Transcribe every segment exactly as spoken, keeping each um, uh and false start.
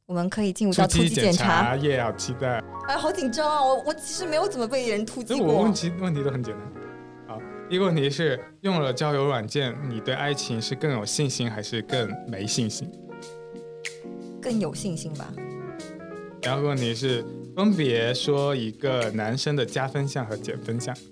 我们可以进入到突击检查。 耶，好期待！ 哎，好紧张啊！我我其实没有怎么被人突击过。 我问题问题都很简单。好，第一个问题是，用了交友软件，你对爱情是更有信心还是更没信心？ 更有信心吧。 第二个问题是，分别说一个男生的加分项和减分项。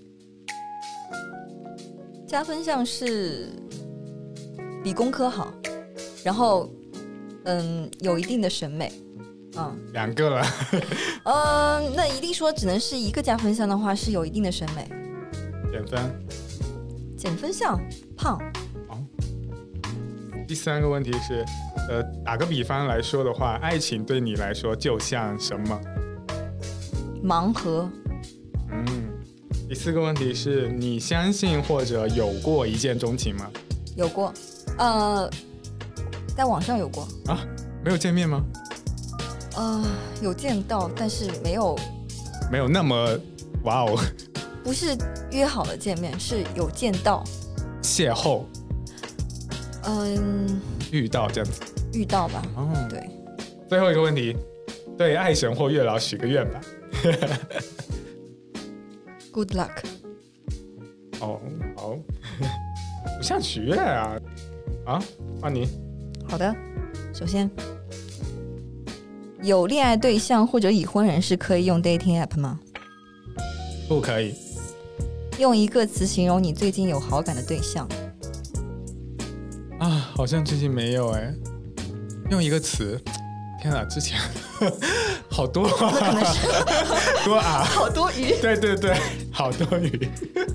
加分项是理工科好，然后嗯有一定的审美。嗯， 两个了。 嗯，那一定说只能是一个加分项的话，是有一定的审美。 减分？ 减分项胖。 哦。第三个问题是，呃，打个比方来说的话，爱情对你来说就像什么？ 盲盒。 嗯。第四个问题是，你相信或者有过一见钟情吗？ 有过，呃，在网上有过。 啊？没有见面吗？ 呃，有见到，但是没有， 没有那么哇哦。 不是约好了见面，是有见到， 邂逅， 嗯， 遇到这样子， 遇到吧。 哦， 对。 最后一个问题，对爱神或月老许个愿吧。 Good luck。 哦，好，不像许愿啊。啊，换你。 好的，首先。有恋爱对象或者已婚人士可以用 dating app 吗？ 不可以。 用一个词形容你最近有好感的对象。 啊，好像最近没有哎。用一个词，天哪，之前好多啊， 可能是多啊， 好多余。 对对对，好多余。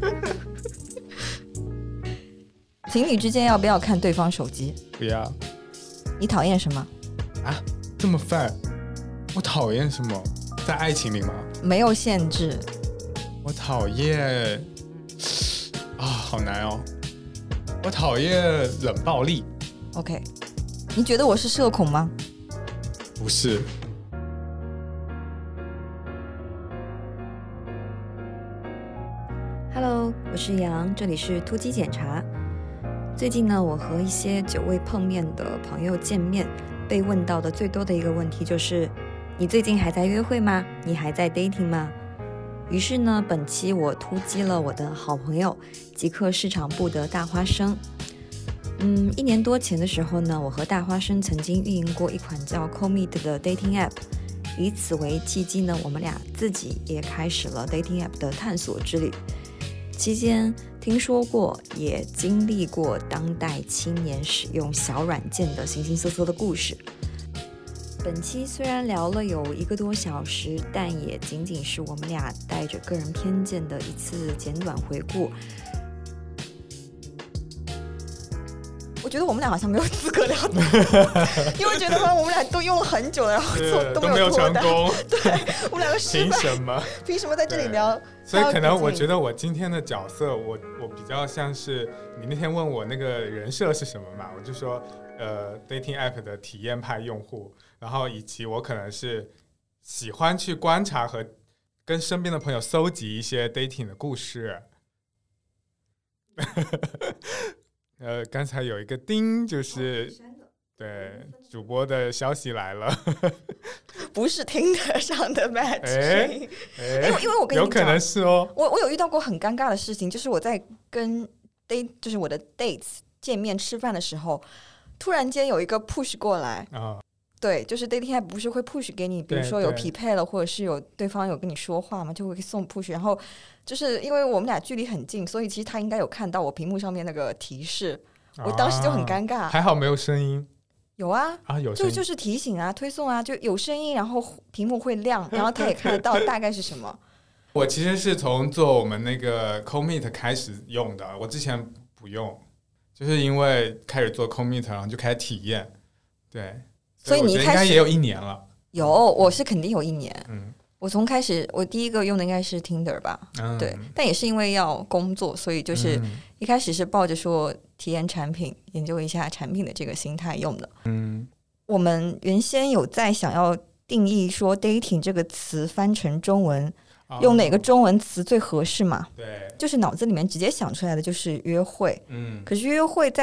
情侣之间要不要看对方手机？ 不要。 你讨厌什么？ 啊，这么泛？我讨厌什么？在爱情里吗？ 没有限制。 我讨厌啊，好难哦。我讨厌冷暴力。 OK， 你觉得我是社恐吗？ 不是。 Hello， 我是杨，这里是突击检查。最近呢，我和一些久未碰面的朋友见面，被问到的最多的一个问题就是：你最近还在约会吗？你还在 dating 吗？于是呢，本期我突击了我的好朋友极客市场部的大花生。嗯，一年多前的时候呢，我和大花生曾经运营过一款叫 Comeet 的 dating app， 以此为契机呢，我们俩自己也开始了 dating app 的探索之旅。期间听说过，也经历过当代青年使用小软件的形形色色的故事。本期虽然聊了有一个多小时，但也仅仅是我们俩带着个人偏见的一次简短回顾。我觉得我们俩好像没有资格聊的，因为觉得我们俩都用了很久了，然后做都没有成功。 对，我们两个失败。 凭什么？ 凭什么在这里聊？ 所以可能我觉得我今天的角色，我我比较像是你那天问我那个人设是什么嘛，我就说呃 dating app 的体验派用户，然后以及我可能是喜欢去观察和跟身边的朋友搜集一些 dating 的故事。呃，刚才有一个叮，就是对主播的消息来了， 不是听得上的 match， 哎， 因为因为我跟你讲， 有可能是哦。 我我有遇到过很尴尬的事情，就是我在跟 date， 就是我的 dates 见面吃饭的时候，突然间有一个 push 过来啊。哦，对，就是 dating app 不是会 push 给你，比如说有匹配了，或者是有对方有跟你说话嘛，就会送 push。然后就是因为我们俩距离很近，所以其实他应该有看到我屏幕上面那个提示，我当时就很尴尬。 啊，还好没有声音。 有啊， 啊有就就是提醒啊，推送啊，就有声音，然后屏幕会亮，然后他也看得到大概是什么。 我其实是从做我们那个 Comeet 开始用的，我之前不用，就是因为开始做 Comeet， 然后就开始体验。对。 所以你一开始应该也有一年了。 有，我是肯定有一年。 嗯， 我从开始，我第一个用的应该是 Tinder 吧。嗯，对，但也是因为要工作，所以就是一开始是抱着说体验产品、研究一下产品的这个心态用的。嗯，我们原先有在想要定义说 dating 这个词翻成中文，哦，用哪个中文词最合适嘛？ 对， 就是脑子里面直接想出来的就是约会。 嗯， 可是约会在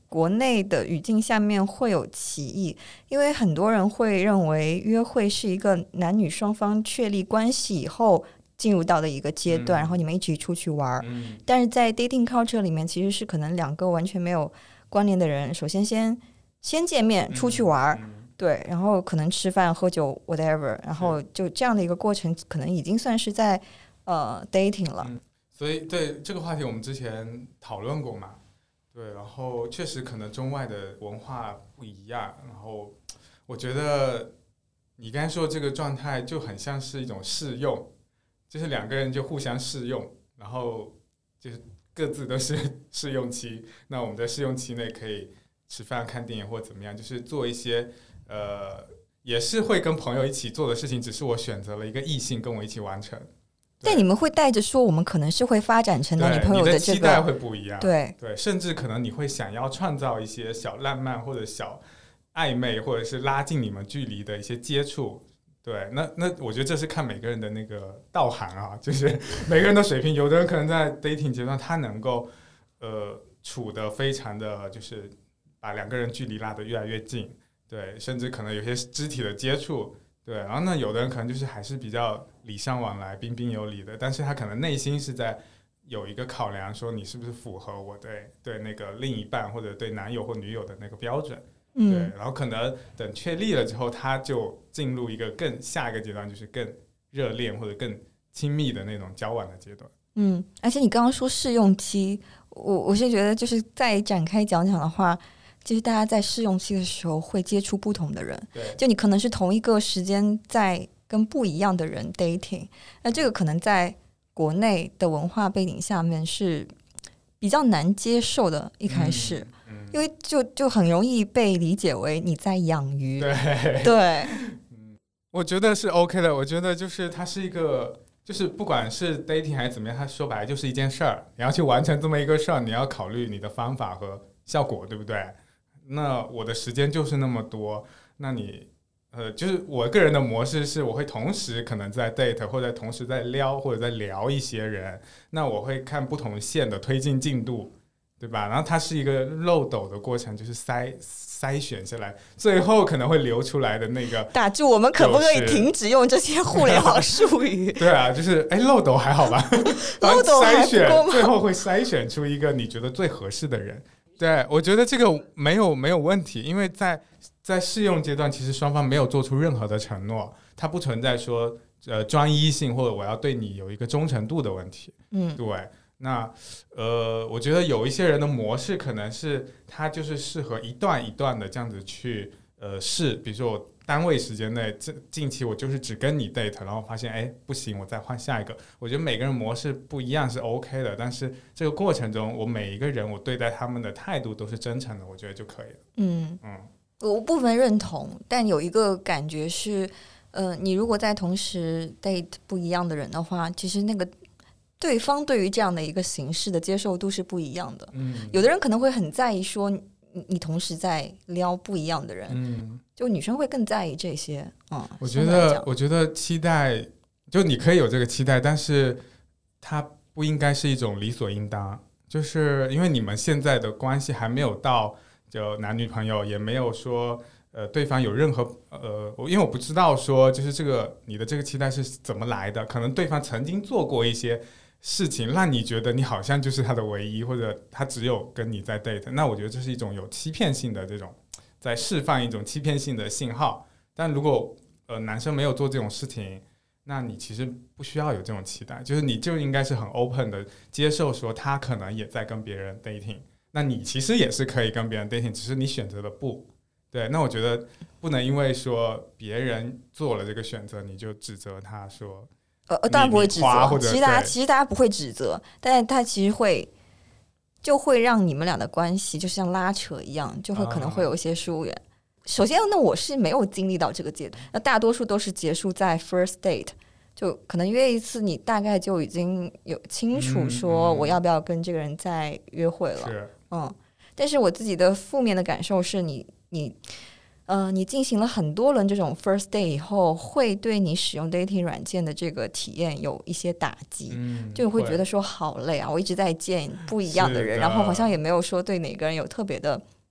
国内的语境下面会有歧义，因为很多人会认为约会是一个男女双方确立关系以后进入到的一个阶段、嗯、然后你们一起出去玩、嗯、但是在 dating culture 里面其实是可能两个完全没有关联的人首先先先见面出去玩、嗯嗯、对，然后可能吃饭喝酒 whatever， 然后就这样的一个过程可能已经算是在呃 dating 了、嗯、 所以对这个话题我们之前讨论过嘛，对，然后确实可能中外的文化不一样，然后我觉得你刚才说这个状态就很像是一种试用，就是两个人就互相试用，然后就是各自都是试用期，那我们在试用期内可以吃饭看电影或怎么样，就是做一些呃也是会跟朋友一起做的事情，只是我选择了一个异性跟我一起完成。 但你们会带着说我们可能是会发展成男女朋友的这个， 你的期待会不一样， 对对，甚至可能你会想要创造一些小浪漫或者小暧昧，或者是拉近你们距离的一些接触。对，那那我觉得这是看每个人的那个道行啊，就是每个人的水平，有的人可能在 dating 阶段他能够呃处得非常的就是把两个人距离拉得越来越近，对，甚至可能有些肢体的接触。对，然后呢，有的人可能就是还是比较礼尚往来、彬彬有礼的，但是他可能内心是在有一个考量，说你是不是符合我对对那个另一半或者对男友或女友的那个标准。嗯，对，然后可能等确立了之后，他就进入一个更下一个阶段，就是更热恋或者更亲密的那种交往的阶段。 嗯，而且你刚刚说试用期，我我是觉得就是再展开讲讲的话。就是大家在试用期的时候会接触不同的人，就你可能是同一个时间在跟不一样的人 dating， 那这个可能在国内的文化背景下面是比较难接受的，一开始、嗯嗯、因为就就很容易被理解为你在养鱼。 对对、 嗯，我觉得是 OK 的，我觉得就是它是一个就是不管是 dating 还是怎么样，它说白了就是一件事儿，你要去完成这么一个事儿，你要考虑你的方法和效果，对不对？那我的时间就是那么多，那你呃，就是我个人的模式是我会同时可能在 date 或者同时在撩或者在聊一些人，那我会看不同线的推进进度，对吧？然后它是一个漏斗的过程，就是筛筛选下来，最后可能会流出来的那个、就是、 打住，我们可不可以停止用这些互联网术语？ 对啊，就是哎，漏斗还好吧？ 漏斗还不够吗？ 最后会筛选出一个你觉得最合适的人。对，我觉得这个没有没有问题，因为在在试用阶段，其实双方没有做出任何的承诺，它不存在说呃专一性或者我要对你有一个忠诚度的问题。嗯，对。那呃，我觉得有一些人的模式可能是他就是适合一段一段的这样子去呃试，比如说我单位时间内近期我就是只跟你 date， 然后发现哎不行，我再换下一个。我觉得每个人模式不一样是 OK 的，但是这个过程中我每一个人我对待他们的态度都是真诚的，我觉得就可以了。 嗯嗯，我部分认同，但有一个感觉是呃，你如果在同时 date 不一样的人的话，其实那个对方对于这样的一个形式的接受度是不一样的。嗯，有的人可能会很在意说你, 你同时在撩不一样的人，嗯，就女生会更在意这些。嗯， 我觉得，我觉得期待，就你可以有这个期待，但是它不应该是一种理所应当。就是因为你们现在的关系还没有到就男女朋友，也没有说呃对方有任何呃，因为我不知道说就是这个你的这个期待是怎么来的，可能对方曾经做过一些事情让你觉得你好像就是他的唯一，或者他只有跟你在 date， 那我觉得这是一种有欺骗性的这种在释放一种欺骗性的信号。但如果呃男生没有做这种事情，那你其实不需要有这种期待，就是你就应该是很 open 的接受说他可能也在跟别人 dating， 那你其实也是可以跟别人 dating， 只是你选择了不对。那我觉得不能因为说别人做了这个选择你就指责他说呃，当然不会指责，其实大家其实大家不会指责，但是他其实会就会让你们俩的关系就像拉扯一样，就会可能会有一些疏远。啊、首先，那我是没有经历到这个阶段，那大多数都是结束在 first date， 就可能约一次，你大概就已经有清楚说我要不要跟这个人再约会了。嗯，嗯但是我自己的负面的感受是你你。呃，你进行了很多轮这种 first day 以后，会对你使用 dating 软件的这个体验有一些打击，嗯、就会觉得说好累啊，我一直在见不一样的人，然后好像也没有说对哪个人有特别的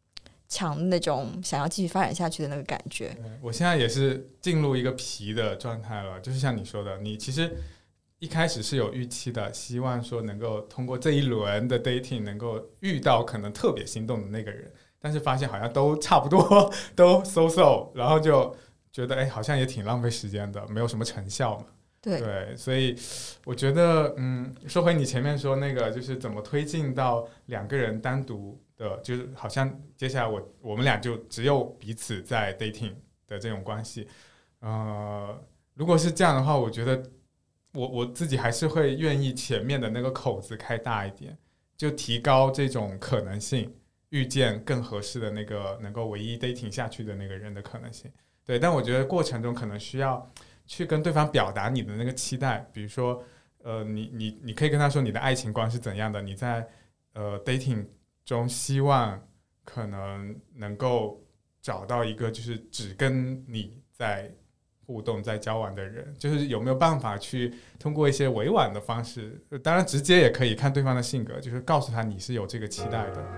强的那种想要继续发展下去的那个感觉。 我现在也是进入一个皮的状态了，就是像你说的，你其实一开始是有预期的，希望说能够通过这一轮的 dating 能够遇到可能特别心动的那个人，但是发现好像都差不多，都 so so， 然后就觉得哎，好像也挺浪费时间的，没有什么成效嘛。 对对，所以我觉得，嗯，说回你前面说那个，就是怎么推进到两个人单独的，就是好像接下来我我们俩就只有彼此在 dating 的这种关系。呃，如果是这样的话，我觉得我我自己还是会愿意前面的那个口子开大一点，就提高这种可能性，遇见更合适的那个能够唯一 dating 下去的那个人的可能性。对，但我觉得过程中可能需要去跟对方表达你的那个期待，比如说，呃，你你你可以跟他说你的爱情观是怎样的，你在呃 dating 中希望可能能够找到一个就是只跟你在互动在交往的人，就是有没有办法去通过一些委婉的方式，当然直接也可以看对方的性格，就是告诉他你是有这个期待的。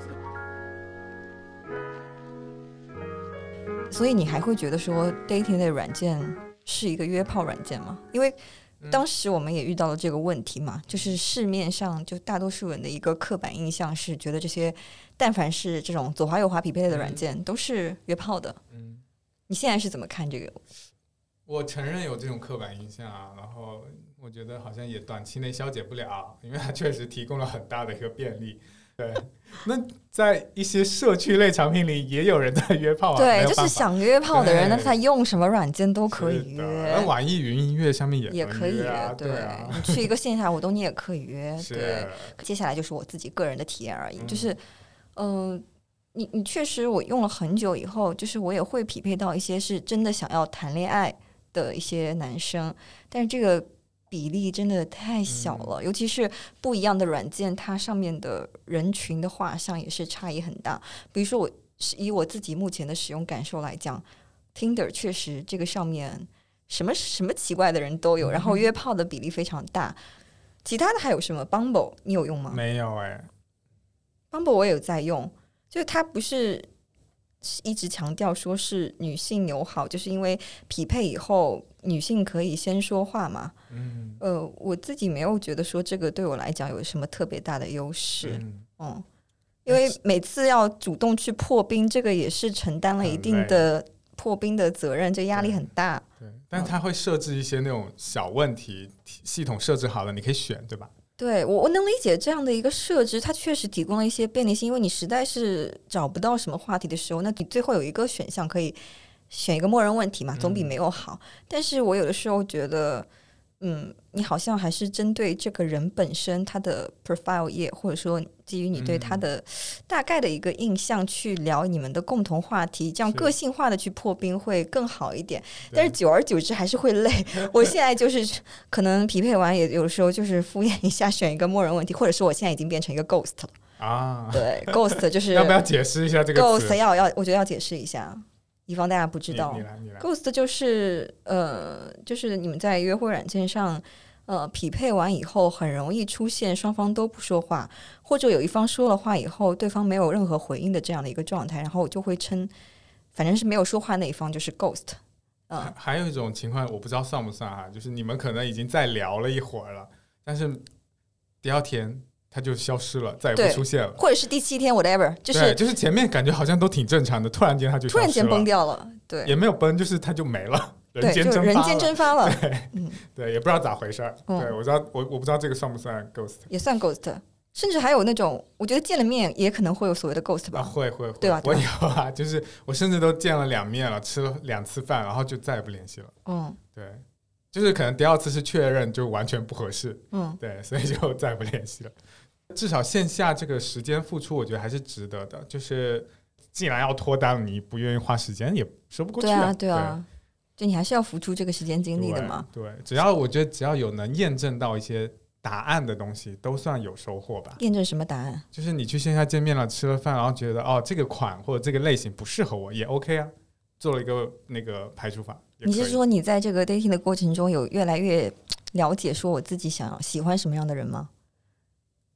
所以你还会觉得说 dating 类软件是一个约炮软件吗？因为当时我们也遇到了这个问题嘛，就是市面上就大多数人的一个刻板印象是觉得这些但凡是这种左滑右滑匹配类的软件都是约炮的。嗯，你现在是怎么看这个？ 我承认有这种刻板印象啊，然后我觉得好像也短期内消解不了，因为它确实提供了很大的一个便利。对，那在一些社区类产品里也有人在约炮啊。 对，就是想约炮的人，那他用什么软件都可以约。 那网易云音乐上面也也可以约，对, 对啊，你去一个线下活动你也可以约。对，接下来就是我自己个人的体验而已，嗯、就是，嗯、呃，你你确实我用了很久以后，就是我也会匹配到一些是真的想要谈恋爱的一些男生，但是这个比例真的太小了、嗯、尤其是不一样的软件，它上面的人群的画像也是差异很大。比如说我以我自己目前的使用感受来讲， Tinder 确实这个上面什么什么奇怪的人都有，然后约炮的比例非常大。其他的还有什么 Bumble 你有用吗？ 没有哎、欸、 Bumble 我也有在用，就是它不是一直强调说是女性友好，就是因为匹配以后女性可以先说话嘛。嗯，呃，我自己没有觉得说这个对我来讲有什么特别大的优势。嗯，嗯，因为每次要主动去破冰，这个也是承担了一定的破冰的责任，这压力很大。 对，但是它会设置一些那种小问题，系统设置好了，你可以选，对吧？ 对，我我能理解这样的一个设置，它确实提供了一些便利性，因为你实在是找不到什么话题的时候，那你最后有一个选项可以选一个默认问题嘛，总比没有好。嗯、但是我有的时候觉得，嗯，你好像还是针对这个人本身他的 profile 页，或者说基于你对他的大概的一个印象去聊你们的共同话题，这样个性化的去破冰会更好一点。但是久而久之还是会累。我现在就是可能匹配完也有时候就是敷衍一下，选一个默认问题，或者是我现在已经变成一个 ghost 了啊。对，ghost 就是要不要解释一下这个词 ghost 要要我觉得要解释一下，以防大家不知道。 你来你来 Ghost 就是呃，就是你们在约会软件上呃匹配完以后，很容易出现双方都不说话，或者有一方说了话以后，对方没有任何回应的这样的一个状态，然后我就会称，反正是没有说话那一方就是 Ghost。嗯， 还还有一种情况，我不知道算不算啊，就是你们可能已经在聊了一会儿了，但是第二天他就消失了，再也不出现了， 或者是第七天 whatever， 就是就是前面感觉好像都挺正常的，突然间他就消失了， 突然间崩掉了，对， 也没有崩，就是他就没了，人间蒸发了，人间蒸发了， 对、嗯、对，也不知道咋回事、嗯、对，我知道我我不知道这个算不算 ghost， 也算 ghost， 甚至还有那种我觉得见了面也可能会有所谓的 ghost 吧，啊、 会会会， 对吧？ 我有啊，就是我甚至都见了两面了，吃了两次饭，然后就再也不联系了，嗯，对。就是可能第二次是确认就完全不合适，嗯，对，所以就再也不联系了。至少线下这个时间付出，我觉得还是值得的。就是既然要脱单，你不愿意花时间也说不过去、 啊。对啊，对啊，就你还是要付出这个时间精力的嘛。 对，对，只要我觉得只要有能验证到一些答案的东西，都算有收获吧。 验证什么答案？ 就是你去线下见面了，吃了饭，然后觉得哦这个款或者这个类型不适合我，也 OK 啊。做了一个那个排除法。 你是说你在这个 dating 的过程中有越来越了解说我自己想要喜欢什么样的人吗？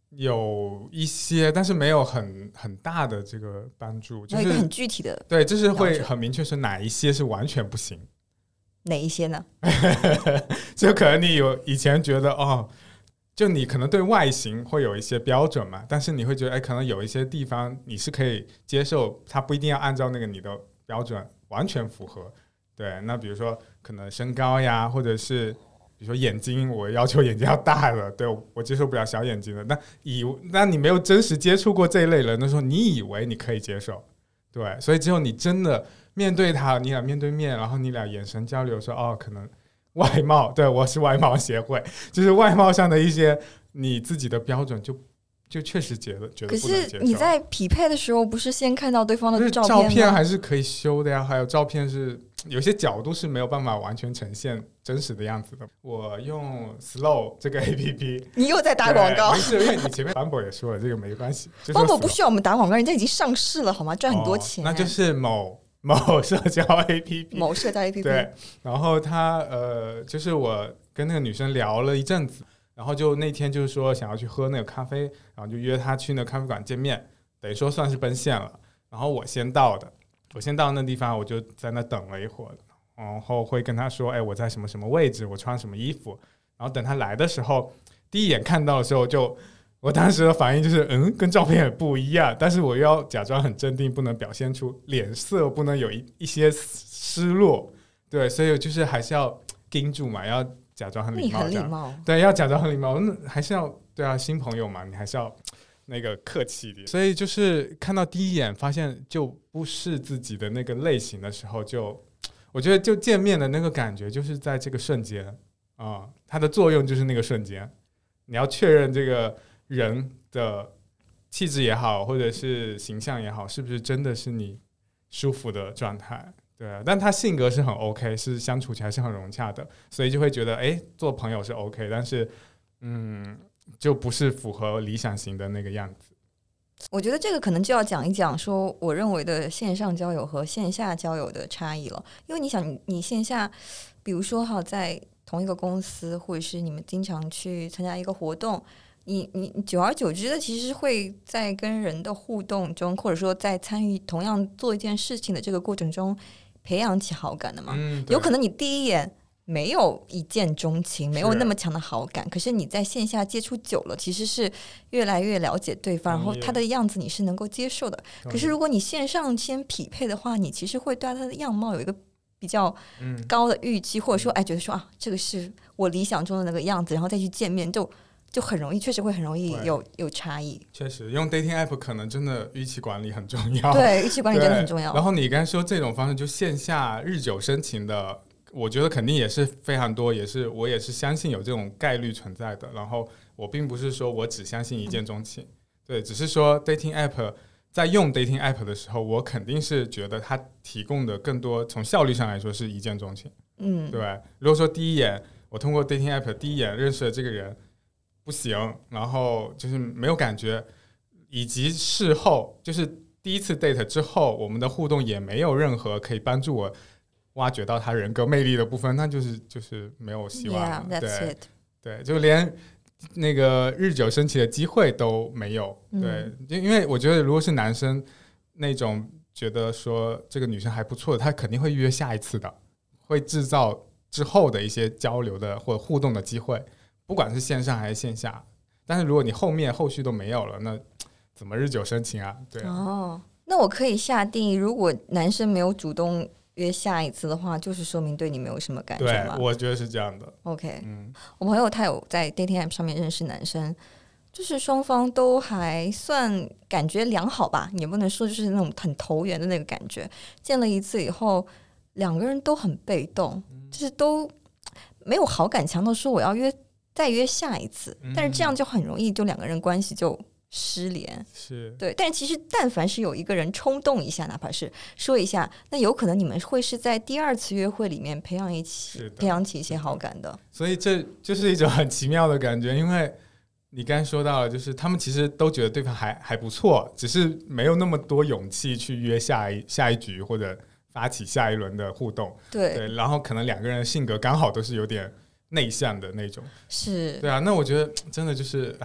有一些，但是没有很很大的这个帮助，就是有一个很具体的， 对，就是会很明确是哪一些是完全不行。 哪一些呢？ 就可能你有以前觉得哦，就你可能对外形会有一些标准嘛，但是你会觉得哎，可能有一些地方你是可以接受，它不一定要按照那个你的标准完全符合。对，那比如说可能身高呀，或者是比如说眼睛，我要求眼睛要大的，对，我接受不了小眼睛的。那以那你没有真实接触过这一类人的时候，你以为你可以接受，对，所以只有你真的面对他，你俩面对面，然后你俩眼神交流说，哦，可能外貌，对，我是外貌协会，就是外貌上的一些你自己的标准就就确实觉得觉得不能接受。 可是你在匹配的时候，不是先看到对方的照片吗？ 照片还是可以修的呀，还有照片是有些角度是没有办法完全呈现真实的样子的。我用 Slow 这个 A P P， 你又在打广告？ 没事，因为你前面 Bumble 也说了，这个没关系。 Bumble 不需要我们打广告，人家已经上市了，好吗？赚很多钱。 哦，那就是某某社交 A P P， 某社交 A P P。 对，然后他呃，就是我跟那个女生聊了一阵子。然后就那天就是说想要去喝那个咖啡，然后就约他去那个咖啡馆见面，等于说算是奔现了。然后我先到的，我先到那地方，我就在那等了一会儿，然后会跟他说，哎，我在什么什么位置，我穿什么衣服。然后等他来的时候，第一眼看到的时候就，我当时的反应就是，嗯，跟照片也不一样，但是我又要假装很镇定，不能表现出脸色，不能有一一些失落，对，所以就是还是要盯住嘛，要假装很礼貌， 你很礼貌， 对，要假装很礼貌，那还是要对啊，新朋友嘛，你还是要那个客气一点。所以就是看到第一眼发现就不是自己的那个类型的时候，就我觉得就见面的那个感觉就是在这个瞬间啊、嗯，它的作用就是那个瞬间，你要确认这个人的气质也好，或者是形象也好，是不是真的是你舒服的状态。对啊，但他性格是很 OK， 是相处起来是很融洽的，所以就会觉得哎，做朋友是 OK， 但是嗯，就不是符合理想型的那个样子。 我觉得这个可能就要讲一讲说我认为的线上交友和线下交友的差异了。因为你想 你, 你线下比如说哈，在同一个公司，或者是你们经常去参加一个活动，你你久而久之的其实会在跟人的互动中，或者说在参与同样做一件事情的这个过程中培养起好感的嘛、 嗯、 有可能你第一眼没有一见钟情，没有那么强的好感，可是你在线下接触久了，其实是越来越了解对方，然后他的样子你是能够接受的。可是如果你线上先匹配的话，你其实会对他的样貌有一个比较高的预期、嗯、或者说哎觉得说啊这个是我理想中的那个样子，然后再去见面就就很容易，确实会很容易有有差异。 确实用 dating app 可能真的预期管理很重要， 对，预期管理真的很重要。 然后你刚才说这种方式就线下日久生情的，我觉得肯定也是非常多，也是我也是相信有这种概率存在的。然后我并不是说我只相信一见钟情、嗯、对，只是说 dating app 在用 dating app 的时候，我肯定是觉得它提供的更多从效率上来说是一见钟情。嗯，对。如果说第一眼我通过 dating app 第一眼认识了这个人不行，然后就是没有感觉，以及事后就是第一次 date 之后我们的互动也没有任何可以帮助我挖掘到他人格魅力的部分，那就是就是没有希望了。 yeah, that's 对 it. 对，就连那个日久生情的机会都没有。对、嗯、因为我觉得如果是男生那种觉得说这个女生还不错的，他肯定会约下一次的，会制造之后的一些交流的或者互动的机会，不管是线上还是线下。但是如果你后面后续都没有了，那怎么日久生情啊？对啊。 哦，那我可以下定义，如果男生没有主动约下一次的话，就是说明对你没有什么感觉吗？ 对，我觉得是这样的。 OK、嗯、我朋友他有在 dating app 上面认识男生，就是双方都还算感觉良好吧，也不能说就是那种很投缘的那个感觉。见了一次以后，两个人都很被动、嗯、就是都没有好感强的说我要约再约下一次、嗯、但是这样就很容易就两个人关系就失联。 是， 对，但其实但凡是有一个人冲动一下，哪怕是说一下，那有可能你们会是在第二次约会里面培养一起培养起一些好感的。 所以这就是一种很奇妙的感觉，因为你刚才说到了，就是他们其实都觉得对方还还不错，只是没有那么多勇气去约下一下一局或者发起下一轮的互动。 对, 对，然后可能两个人的性格刚好都是有点内向的那种。 是， 对啊，那我觉得真的就是唉，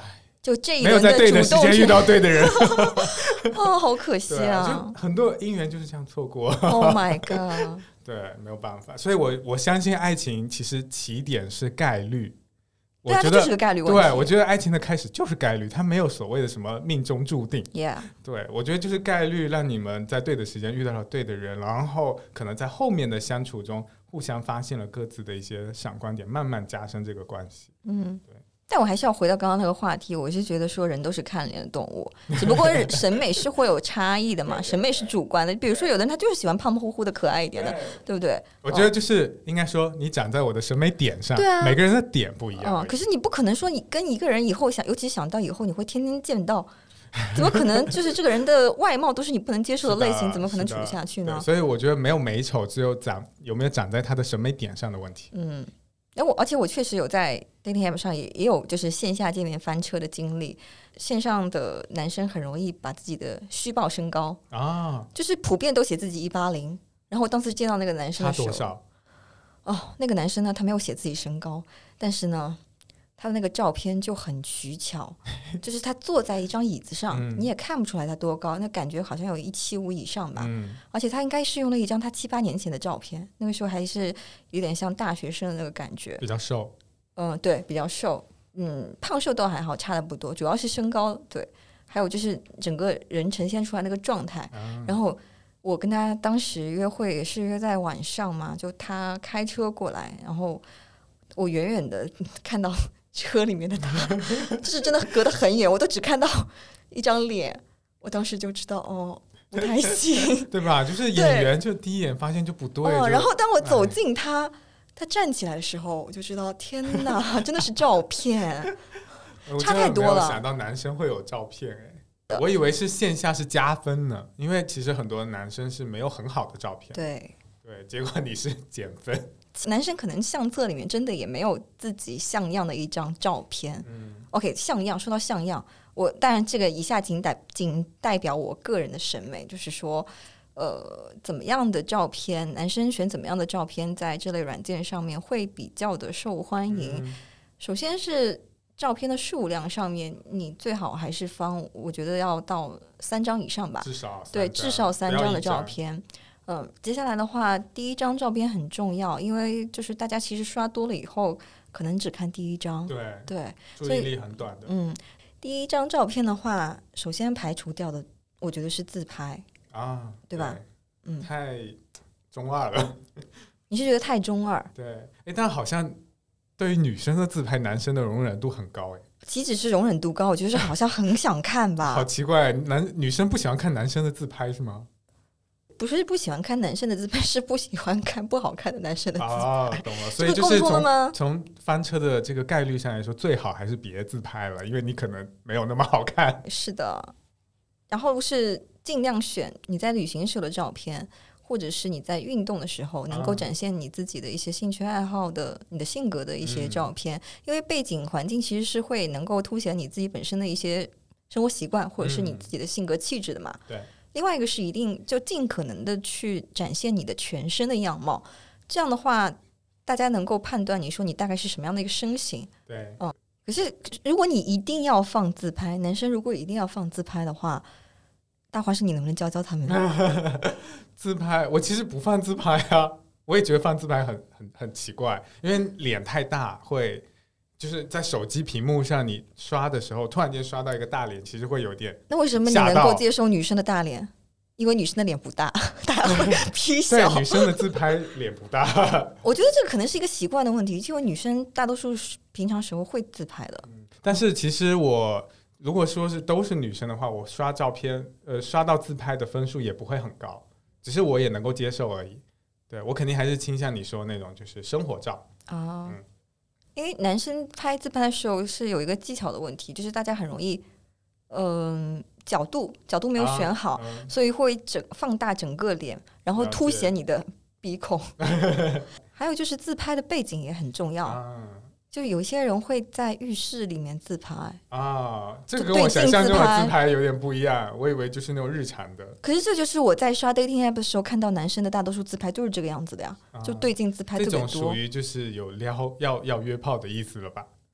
就这一没有在对的时间遇到对的人哦，好可惜啊， 啊就很多姻缘就是这样错过。 Oh my god 对，没有办法，所以我我相信爱情其实起点是概率。我对啊， 觉得这就是个概率问题。 对，我觉得爱情的开始就是概率，它没有所谓的什么命中注定。 Yeah， 对，我觉得就是概率让你们在对的时间遇到了对的人，然后可能在后面的相处中互相发现了各自的一些闪光点，慢慢加深这个关系。 嗯， 对。 但我还是要回到刚刚那个话题，我是觉得说人都是看脸的动物，只不过审美是会有差异的嘛，审美是主观的。比如说有的人他就是喜欢胖胖乎乎的可爱一点的， 对， 对不对？ 我觉得就是应该说你长在我的审美点上， 对啊， 每个人的点不一样。 嗯，可是你不可能说你跟一个人以后想，尤其想到以后你会天天见到，怎么可能就是这个人的外貌都是你不能接受的类型，怎么可能处下去呢？ 所以我觉得没有美丑，只有长有没有长在他的审美点上的问题。 嗯。我而且我确实有在 dating app 上也也有就是线下见面翻车的经历，线上的男生很容易把自己的虚报身高啊，就是普遍都写自己一八零，然后我当时见到那个男生的时候， 差多少？ 哦，那个男生呢，他没有写自己身高，但是呢，他的那个照片就很取巧，就是他坐在一张椅子上，嗯、你也看不出来他多高，那感觉好像有一七五以上吧。嗯、而且他应该是用了一张他七八年前的照片，那个时候还是有点像大学生的那个感觉， 比较瘦。 嗯，对，比较瘦。嗯，胖瘦都还好，差的不多，主要是身高。对，还有就是整个人呈现出来那个状态。嗯、然后我跟他当时约会也是约在晚上嘛，就他开车过来，然后我远远的看到车里面的他，就是真的隔得很远，我都只看到一张脸，我当时就知道哦，不太行， 对吧？就是演员就第一眼发现就不对。 哦、然后当我走近他，他站起来的时候，我就知道天哪，真的是照片，差太多了。 我没有想到男生会有照片哎，我以为是线下是加分呢，因为其实很多男生是没有很好的照片。 对对，结果你是减分。 男生可能相册里面真的也没有自己像样的一张照片。嗯、OK， 像样，说到像样，我当然这个以下仅代仅代表我个人的审美，就是说，呃，怎么样的照片，男生选怎么样的照片，在这类软件上面会比较的受欢迎。嗯、首先是照片的数量上面，你最好还是放，我觉得要到三张以上吧， 至少对，至少三张的照片。嗯，接下来的话，第一张照片很重要，因为就是大家其实刷多了以后，可能只看第一张， 对对， 注意力很短的。 嗯，第一张照片的话，首先排除掉的，我觉得是自拍啊， 对吧？ 对嗯， 太中二了。 你是觉得太中二？ 对，哎，但好像对于女生的自拍，男生的容忍度很高，哎， 岂止是容忍度高，我觉得是好像很想看吧。 好奇怪，男女生不喜欢看男生的自拍是吗？ 不是不喜欢看男生的自拍，是不喜欢看不好看的男生的自拍。 哦，懂了，所以就是从从翻车的这个概率上来说，最好还是别自拍了，因为你可能没有那么好看。 是的，然后是尽量选你在旅行时的照片，或者是你在运动的时候能够展现你自己的一些兴趣爱好的、你的性格的一些照片，嗯、因为背景环境其实是会能够凸显你自己本身的一些生活习惯，或者是你自己的性格气质的嘛。 嗯、对。 另外一个是一定就尽可能的去展现你的全身的样貌，这样的话大家能够判断你说你大概是什么样的一个身形。 对， 嗯。可是如果你一定要放自拍，男生如果一定要放自拍的话，大华是你能不能教教他们？ 自拍我其实不放自拍啊，我也觉得放自拍很很很奇怪，因为脸太大会。就是在手机屏幕上你刷的时候突然间刷到一个大脸，其实会有点。 那为什么你能够接受女生的大脸？因为女生的脸不大，大家会批小。 对，女生的自拍脸不大。 我觉得这可能是一个习惯的问题，因为女生大多数平常时候会自拍的。 嗯、但是其实我如果说是都是女生的话，我刷照片呃刷到自拍的分数也不会很高，只是我也能够接受而已。对，我肯定还是倾向你说那种就是生活照啊。嗯，因为男生拍自拍的时候是有一个技巧的问题，就是大家很容易，嗯、呃，角度角度没有选好，啊嗯、所以会整放大整个脸，然后凸显你的鼻孔。还有就是自拍的背景也很重要，啊、就有一些人会在浴室里面自拍啊，这个跟我想象中的自拍有点不一样，我以为就是那种日常的。 可是这就是我在刷 dating app 的时候看到男生的大多数自拍都是这个样子的呀，啊、就对镜自拍特别多。 这种属于就是有撩要要约炮的意思了吧？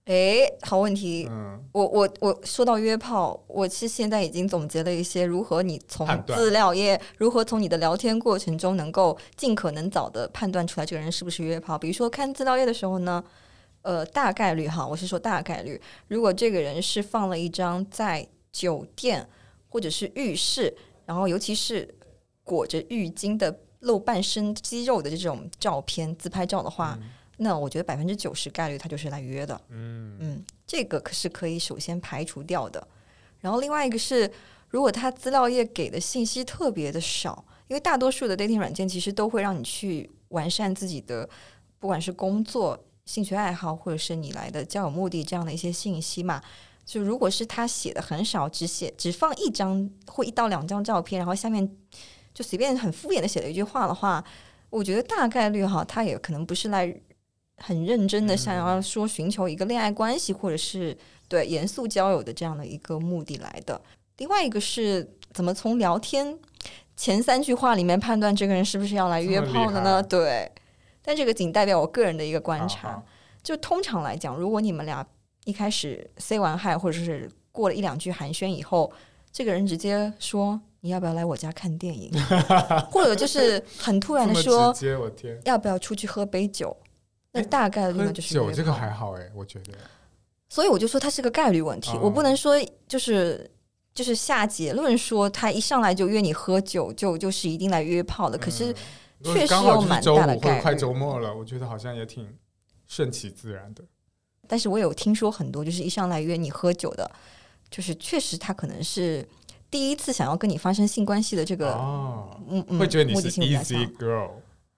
哎，好问题。 嗯， 我我我说到约炮，我是现在已经总结了一些如何你从判断资料页，如何从你的聊天过程中能够尽可能早的判断出来这个人是不是约炮。比如说看资料页的时候呢，呃，大概率哈，我是说大概率，如果这个人是放了一张在酒店或者是浴室，然后尤其是裹着浴巾的露半身肌肉的这种照片自拍照的话、嗯、那我觉得百分之九十概率他就是来约的。 嗯嗯，这个可是可以首先排除掉的。然后另外一个是，如果他资料页给的信息特别的少，因为大多数的 dating 软件其实都会让你去完善自己的不管是工作兴趣爱好或者是你来的交友目的这样的一些信息嘛，就如果是他写的很少，只写只放一张或一到两张照片，然后下面就随便很敷衍的写了一句话的话，我觉得大概率哈，他也可能不是来很认真的想要说寻求一个恋爱关系、嗯、或者是对严肃交友的这样的一个目的来的。另外一个是怎么从聊天前三句话里面判断这个人是不是要来约炮的呢？对，但这个仅代表我个人的一个观察。好好，就通常来讲，如果你们俩一开始 say 完嗨，或者是过了一两句寒暄以后，这个人直接说你要不要来我家看电影或者就是很突然的说要不要出去喝杯酒，那大概率呢就是酒这个还好哎，我觉得。 所以我就说它是个概率问题、哦、我不能说就是就是下结论说他一上来就约你喝酒就就是一定来约炮的、嗯、可是确实有蛮大的概率。 或者快周末了，我觉得好像也挺顺其自然的。 但是我有听说很多就是一上来约你喝酒的，就是确实他可能是第一次想要跟你发生性关系的这个、 哦嗯嗯、 会觉得你是 easy girl。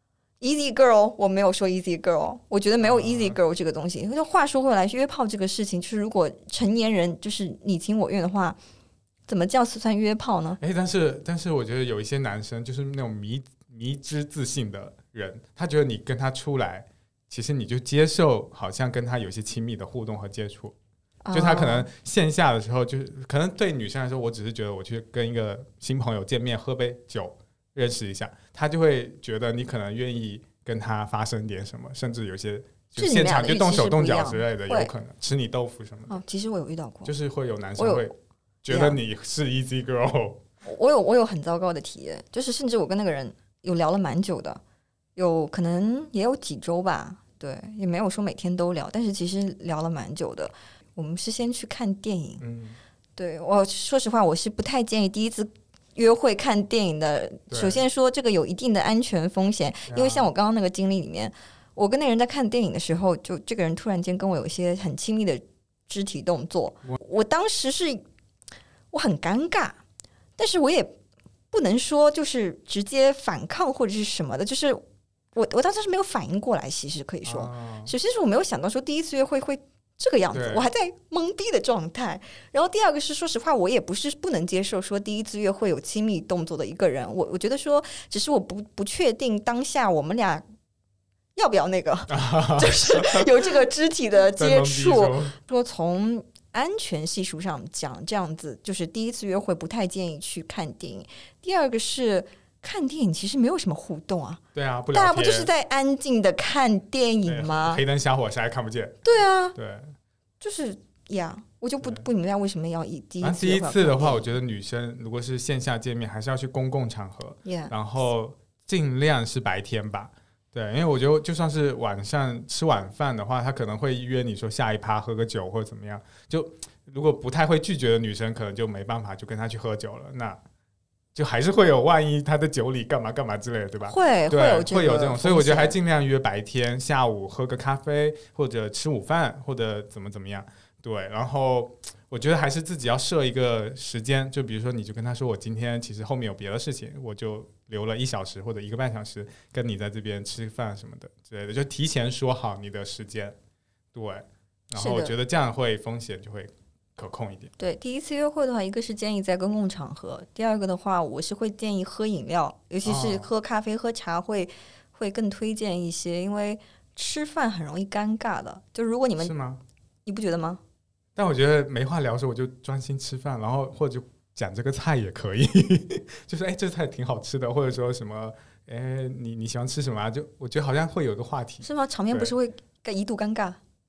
easy girl 我没有说 easy girl， 我觉得没有 easy girl 这个东西、哦、话说回来，约炮这个事情就是如果成年人就是你情我愿的话，怎么叫算约炮呢？ 诶，但是但是我觉得有一些男生就是那种迷迷之自信的人，他觉得你跟他出来其实你就接受好像跟他有些亲密的互动和接触，就他可能线下的时候就是可能对女生来说我只是觉得我去跟一个新朋友见面喝杯酒认识一下，他就会觉得你可能愿意跟他发生点什么，甚至有些就现场就动手动脚之类的，有可能吃你豆腐什么的、 哦、其实我有遇到过， 就是会有男生会觉得你是 easy girl。 我有我有很糟糕的体验，就是甚至我跟那个人有聊了蛮久的，有可能也有几周吧，对，也没有说每天都聊，但是其实聊了蛮久的。我们是先去看电影、嗯、对，我说实话我是不太建议第一次约会看电影的。首先说这个有一定的安全风险，因为像我刚刚那个经历里面，我跟那个人在看电影的时候，就这个人突然间跟我有一些很亲密的肢体动作， 我, 我当时是我很尴尬，但是我也不能说就是直接反抗或者是什么的，就是我我当时是没有反应过来，其实可以说、哦、首先是我没有想到说第一次约会会这个样子，我还在懵逼的状态。然后第二个是说实话我也不是不能接受说第一次约会有亲密动作的一个人，我我觉得说只是我不不确定当下我们俩要不要那个就是有这个肢体的接触说从安全系数上讲这样子，就是第一次约会不太建议去看电影。第二个是看电影其实没有什么互动啊， 对啊，不聊天， 大家不就是在安静的看电影吗？ 黑灯瞎火谁还看不见？ 对啊， 对， 就是呀，我就不不明白为什么要以第一次。 第一次的话，我觉得女生如果是线下见面，还是要去公共场合， yeah. 然后尽量是白天吧。对，因为我觉得就算是晚上吃晚饭的话，他可能会约你说下一趴喝个酒或者怎么样，就如果不太会拒绝的女生可能就没办法就跟他去喝酒了，那就还是会有万一他的酒里干嘛干嘛之类的，对吧？ 会对， 会有这个会有这种，所以我觉得还尽量约白天下午喝个咖啡或者吃午饭或者怎么怎么样。对，然后我觉得还是自己要设一个时间，就比如说你就跟他说我今天其实后面有别的事情，我就留了一小时或者一个半小时跟你在这边吃饭什么的之类的，就提前说好你的时间。对，然后我觉得这样会风险就会可控一点。 对，第一次约会的话，一个是建议在公共场合，第二个的话我是会建议喝饮料，尤其是喝咖啡、哦、喝茶会会更推荐一些，因为吃饭很容易尴尬的，就如果你们是吗？ 你不觉得吗？ 但我觉得没话聊的时候我就专心吃饭，然后或者就讲这个菜也可以就是哎，这菜挺好吃的，或者说什么哎，你你喜欢吃什么啊？就我觉得好像会有个话题。 是吗？场面不是会一度尴尬？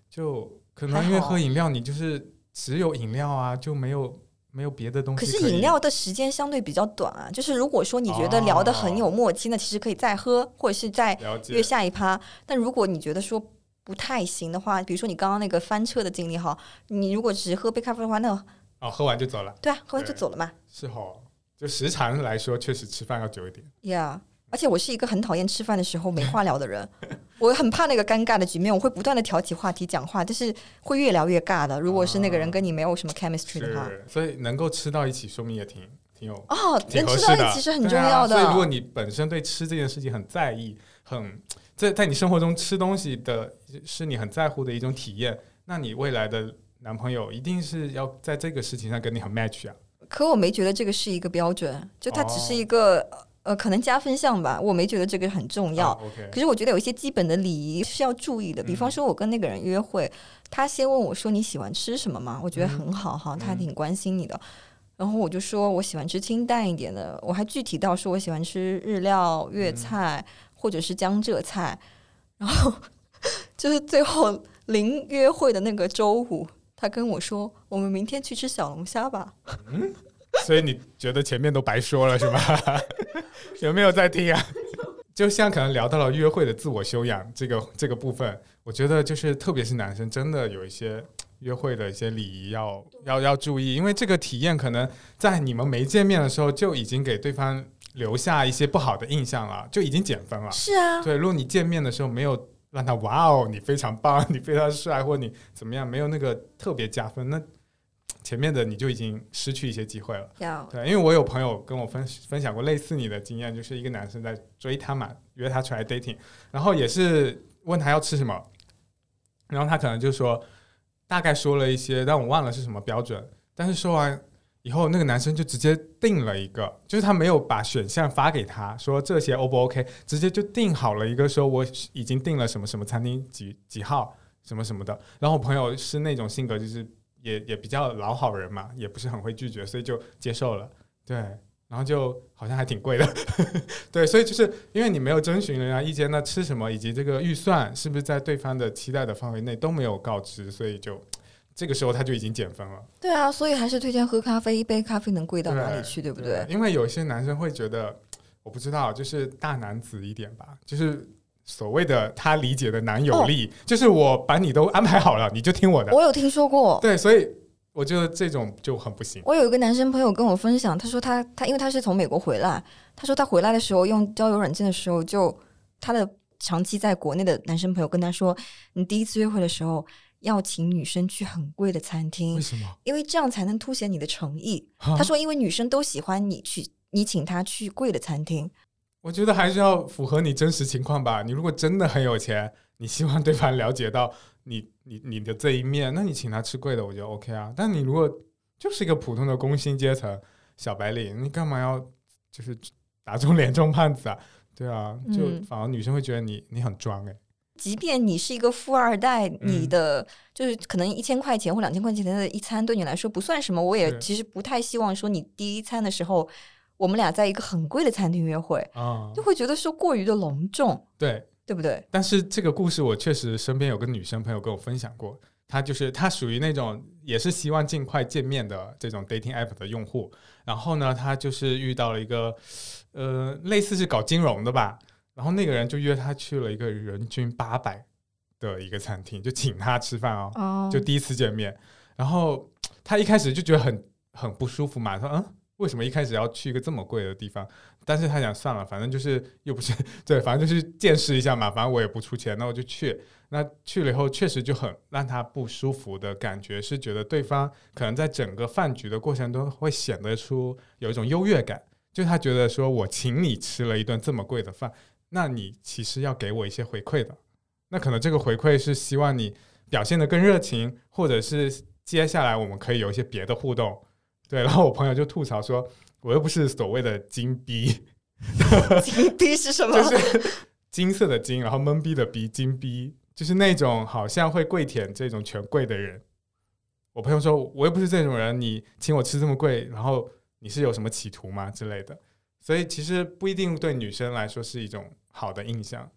就可能因为喝饮料你就是只有饮料啊，就没有没有别的东西可以。 可是饮料的时间相对比较短啊，就是如果说你觉得聊得很有默契，那、哦、其实可以再喝，或者是再约下一趴。但如果你觉得说不太行的话，比如说你刚刚那个翻车的经历哈，你如果只喝杯咖啡的话，那哦喝完就走了。 对啊，喝完就走了嘛。 是哦，就时长来说，确实吃饭要久一点。 Yeah， 而且我是一个很讨厌吃饭的时候没话聊的人，我很怕那个尴尬的局面，我会不断的挑起话题讲话，但是会越聊越尬的。如果是那个人跟你没有什么 chemistry 的话， 啊、所以能够吃到一起，说明也挺挺有哦， 挺合适的。 能吃到一起是很重要的、 啊。所以如果你本身对吃这件事情很在意，很在在你生活中吃东西的是你很在乎的一种体验，那你未来的男朋友一定是要在这个事情上跟你很 match 啊。 可我没觉得这个是一个标准，就它只是一个、哦、呃，可能加分项吧，我没觉得这个很重要、 哦 okay、 可是我觉得有一些基本的礼仪是要注意的，比方说我跟那个人约会、嗯、他先问我说你喜欢吃什么吗？我觉得很好哈、嗯，他挺关心你的、嗯、然后我就说我喜欢吃清淡一点的，我还具体到说我喜欢吃日料粤菜、嗯、或者是江浙菜，然后就是最后临约会的那个周五，他跟我说我们明天去吃小龙虾吧。 嗯，所以你觉得前面都白说了是吗？有没有在听啊？就像可能聊到了约会的自我修养这个这个部分，我觉得就是特别是男生真的有一些约会的一些礼仪要要要注意，因为这个体验可能在你们没见面的时候就已经给对方留下一些不好的印象了，就已经减分了。 是啊， 对，如果你见面的时候没有让他哇哦你非常棒你非常帅或你怎么样，没有那个特别加分，那前面的你就已经失去一些机会了。对，因为我有朋友跟我分分享过类似你的经验，就是一个男生在追他嘛，约他出来 dating， 然后也是问他要吃什么，然后他可能就说大概说了一些，但我忘了是什么标准，但是说完以后那个男生就直接定了一个，就是他没有把选项发给他说这些 O 不 OK， 直接就定好了一个说我已经定了什么什么餐厅几几号什么什么的。然后我朋友是那种性格就是也也比较老好人嘛，也不是很会拒绝，所以就接受了。对，然后就好像还挺贵的对，所以就是因为你没有征询人家意见，那吃什么以及这个预算是不是在对方的期待的范围内都没有告知，所以就这个时候他就已经减分了。 对啊，所以还是推荐喝咖啡，一杯咖啡能贵到哪里去， 对, 对不对？ 因为有些男生会觉得我不知道，就是大男子一点吧，就是所谓的他理解的男友力、哦、就是我把你都安排好了你就听我的。 我有听说过。 对，所以我觉得这种就很不行。 我有一个男生朋友跟我分享，他说他他因为他是从美国回来，他说他回来的时候用交友软件的时候，就他的长期在国内的男生朋友跟他说，你第一次约会的时候要请女生去很贵的餐厅。 为什么？ 因为这样才能凸显你的诚意。他说因为女生都喜欢你去你请她去贵的餐厅。 我觉得还是要符合你真实情况吧。你如果真的很有钱，你希望对方了解到你你你的这一面，那你请他吃贵的我觉得 OK 啊。但你如果就是一个普通的工薪阶层小白领，你干嘛要就是打肿脸充胖子啊？对啊，就反而女生会觉得你你很装哎、欸。 即便你是一个富二代，你的、嗯、就是可能一千块钱或两千块钱的一餐对你来说不算什么，我也其实不太希望说你第一餐的时候我们俩在一个很贵的餐厅约会、嗯、就会觉得说过于的隆重。 对， 对不对？ 但是这个故事我确实身边有个女生朋友跟我分享过，她就是她属于那种也是希望尽快见面的这种 dating app 的用户，然后呢她就是遇到了一个呃类似是搞金融的吧，然后那个人就约她去了一个人均八百的一个餐厅，就请她吃饭哦， oh. 就第一次见面，然后她一开始就觉得很很不舒服嘛，说嗯为什么一开始要去一个这么贵的地方，但是他想算了，反正就是又不是对，反正就是见识一下嘛，反正我也不出钱，那我就去。那去了以后确实就很让他不舒服的感觉，是觉得对方可能在整个饭局的过程中会显得出有一种优越感，就他觉得说我请你吃了一顿这么贵的饭，那你其实要给我一些回馈的，那可能这个回馈是希望你表现得更热情，或者是接下来我们可以有一些别的互动。对，然后我朋友就吐槽说我又不是所谓的金逼金逼是什么？ 就是金色的金然后懵逼的逼，金逼就是那种好像会跪舔这种权贵的人。我朋友说我又不是这种人，你请我吃这么贵，然后你是有什么企图吗之类的。所以其实不一定对女生来说是一种好的印象。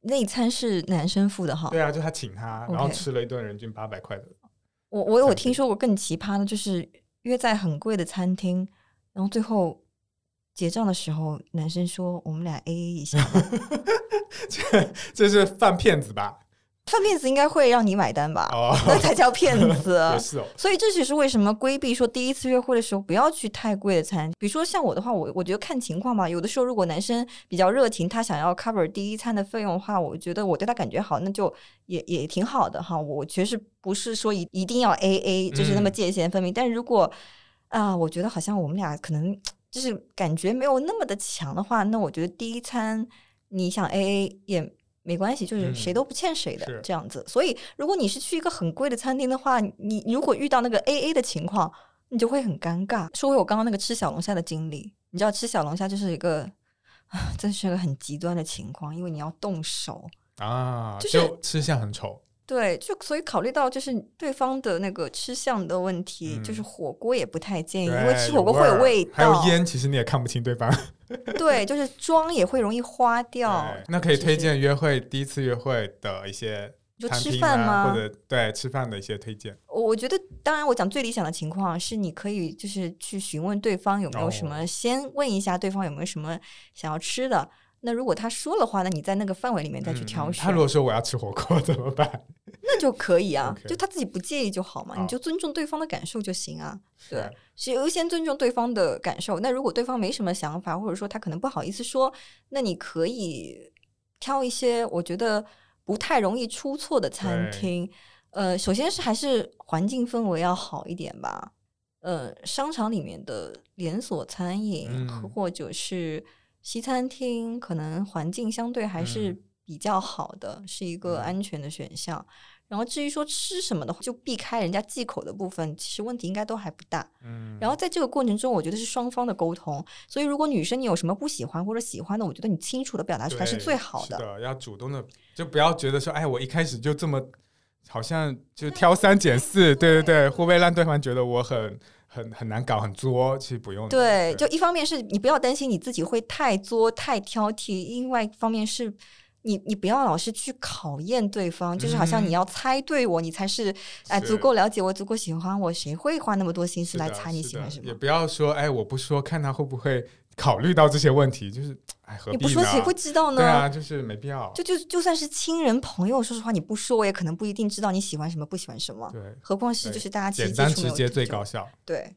那一餐是男生付的哈？ 对啊，就他请他， OK 然后吃了一顿人均八百块的。 我我有听说过更奇葩的，就是约在很贵的餐厅，然后最后结账的时候，男生说我们俩 A A 一下吧。 这这是犯骗子吧？ 犯骗子应该会让你买单吧？ 哦， 那才叫骗子。 也是哦。 所以这就是为什么规避说第一次约会的时候不要去太贵的餐。比如说像我的话，我我觉得看情况吧。有的时候如果男生比较热情，他想要 cover 第一餐的费用的话，我觉得我对他感觉好，那就也也挺好的哈。我确实不是说一一定要 A A， 就是那么界限分明。嗯、但如果啊、呃，我觉得好像我们俩可能就是感觉没有那么的强的话，那我觉得第一餐你想 A A 也没关系，就是谁都不欠谁的、嗯、这样子。所以如果你是去一个很贵的餐厅的话，你如果遇到那个 A A 的情况，你就会很尴尬。说回我刚刚那个吃小龙虾的经历，你知道吃小龙虾就是一个真是一个很极端的情况，因为你要动手啊， 就是就吃相很丑。 对，就所以考虑到就是对方的那个吃相的问题、嗯、就是火锅也不太建议，因为吃火锅会有味道， 还有烟，其实你也看不清对方。 对，就是妆也会容易花掉。 那可以推荐约会、就是、第一次约会的一些餐厅、啊、 就吃饭吗？ 或者对吃饭的一些推荐。 我觉得当然我讲最理想的情况是你可以就是去询问对方有没有什么、哦、先问一下对方有没有什么想要吃的，那如果他说的话，那你在那个范围里面再去挑选、 嗯、他如果说我要吃火锅怎么办？ 那就可以啊 okay. 就他自己不介意就好嘛，你就尊重对方的感受就行啊。对， 是优先尊重对方的感受。那如果对方没什么想法，或者说他可能不好意思说，那你可以挑一些我觉得不太容易出错的餐厅。呃，首先是还是环境氛围要好一点吧。呃，商场里面的连锁餐饮、嗯、或者是西餐厅，可能环境相对还是比较好的、嗯、是一个安全的选项、嗯、然后至于说吃什么的话，就避开人家忌口的部分，其实问题应该都还不大。嗯，然后在这个过程中我觉得是双方的沟通，所以如果女生你有什么不喜欢或者喜欢的，我觉得你清楚的表达出来是最好的。 是的，要主动的，就不要觉得说哎，我一开始就这么好像就挑三拣四，对对对，会不会让对方觉得我很很很难搞很作？其实不用。 对, 对，就一方面是你不要担心你自己会太作太挑剔，另外一方面是你你不要老是去考验对方、嗯、就是好像你要猜对我，你才是哎足够了解我，足够喜欢我，谁会花那么多心思来猜你喜欢什么？ 也不要说哎我不说看他会不会考虑到这些问题，就是哎何必呢？ 你不说谁会知道呢？ 对啊，就是没必要。 就就就算是亲人朋友，说实话你不说我也可能不一定知道你喜欢什么不喜欢什么。对，何况是就是大家其实简单直接最高效。 对。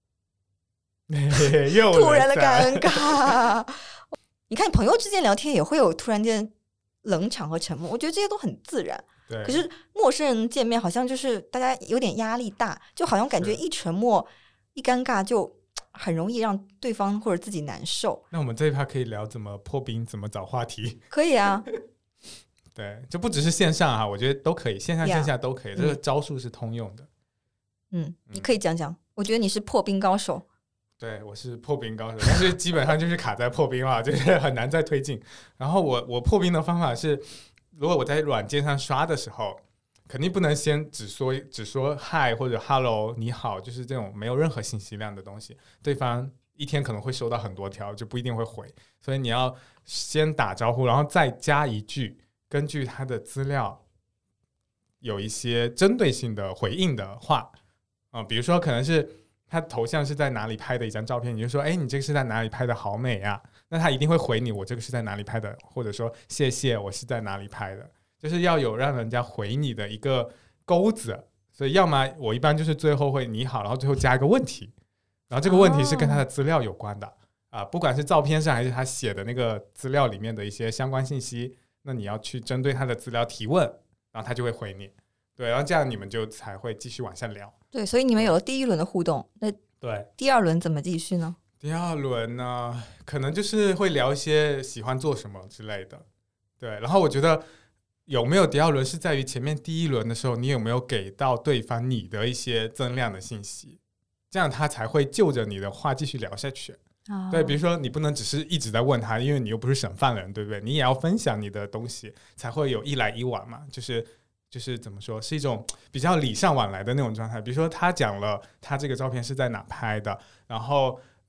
又突然的尴尬。你看朋友之间聊天也会有突然间冷场和沉默，我觉得这些都很自然。 对， 可是陌生人见面好像就是大家有点压力大，就好像感觉一沉默一尴尬就很容易让对方或者自己难受。 那我们这一趴可以聊怎么破冰，怎么找话题。 可以啊。 对，就不只是线上啊，我觉得都可以，线上线下都可以、yeah. 这个招数是通用的。 嗯，你可以讲讲、嗯、我觉得你是破冰高手。 对，我是破冰高手，但是基本上就是卡在破冰了，就是很难再推进。然后我我破冰的方法是，如果我在软件上刷的时候，肯定不能先只说只说 hi 或者 hello 你好，就是这种没有任何信息量的东西，对方一天可能会收到很多条，就不一定会回。所以你要先打招呼，然后再加一句根据他的资料有一些针对性的回应的话、呃、比如说可能是他头像是在哪里拍的一张照片，你就说哎，你这个是在哪里拍的，好美啊，那他一定会回你我这个是在哪里拍的，或者说谢谢我是在哪里拍的，就是要有让人家回你的一个钩子。所以要么我一般就是最后会你好，然后最后加一个问题，然后这个问题是跟他的资料有关的、哦啊、不管是照片上还是他写的那个资料里面的一些相关信息，那你要去针对他的资料提问，然后他就会回你。对，然后这样你们就才会继续往下聊。对， 所以你们有了第一轮的互动，那对第二轮怎么继续呢？ 第二轮呢，可能就是会聊一些喜欢做什么之类的。对，然后我觉得有没有第二轮是在于前面第一轮的时候，你有没有给到对方你的一些增量的信息，这样他才会就着你的话继续聊下去。Oh. 对，比如说你不能只是一直在问他，因为你又不是省饭人，对不对？你也要分享你的东西，才会有一来一往嘛，就是就是怎么说，是一种比较礼尚往来的那种状态。比如说他讲了他这个照片是在哪拍的，然后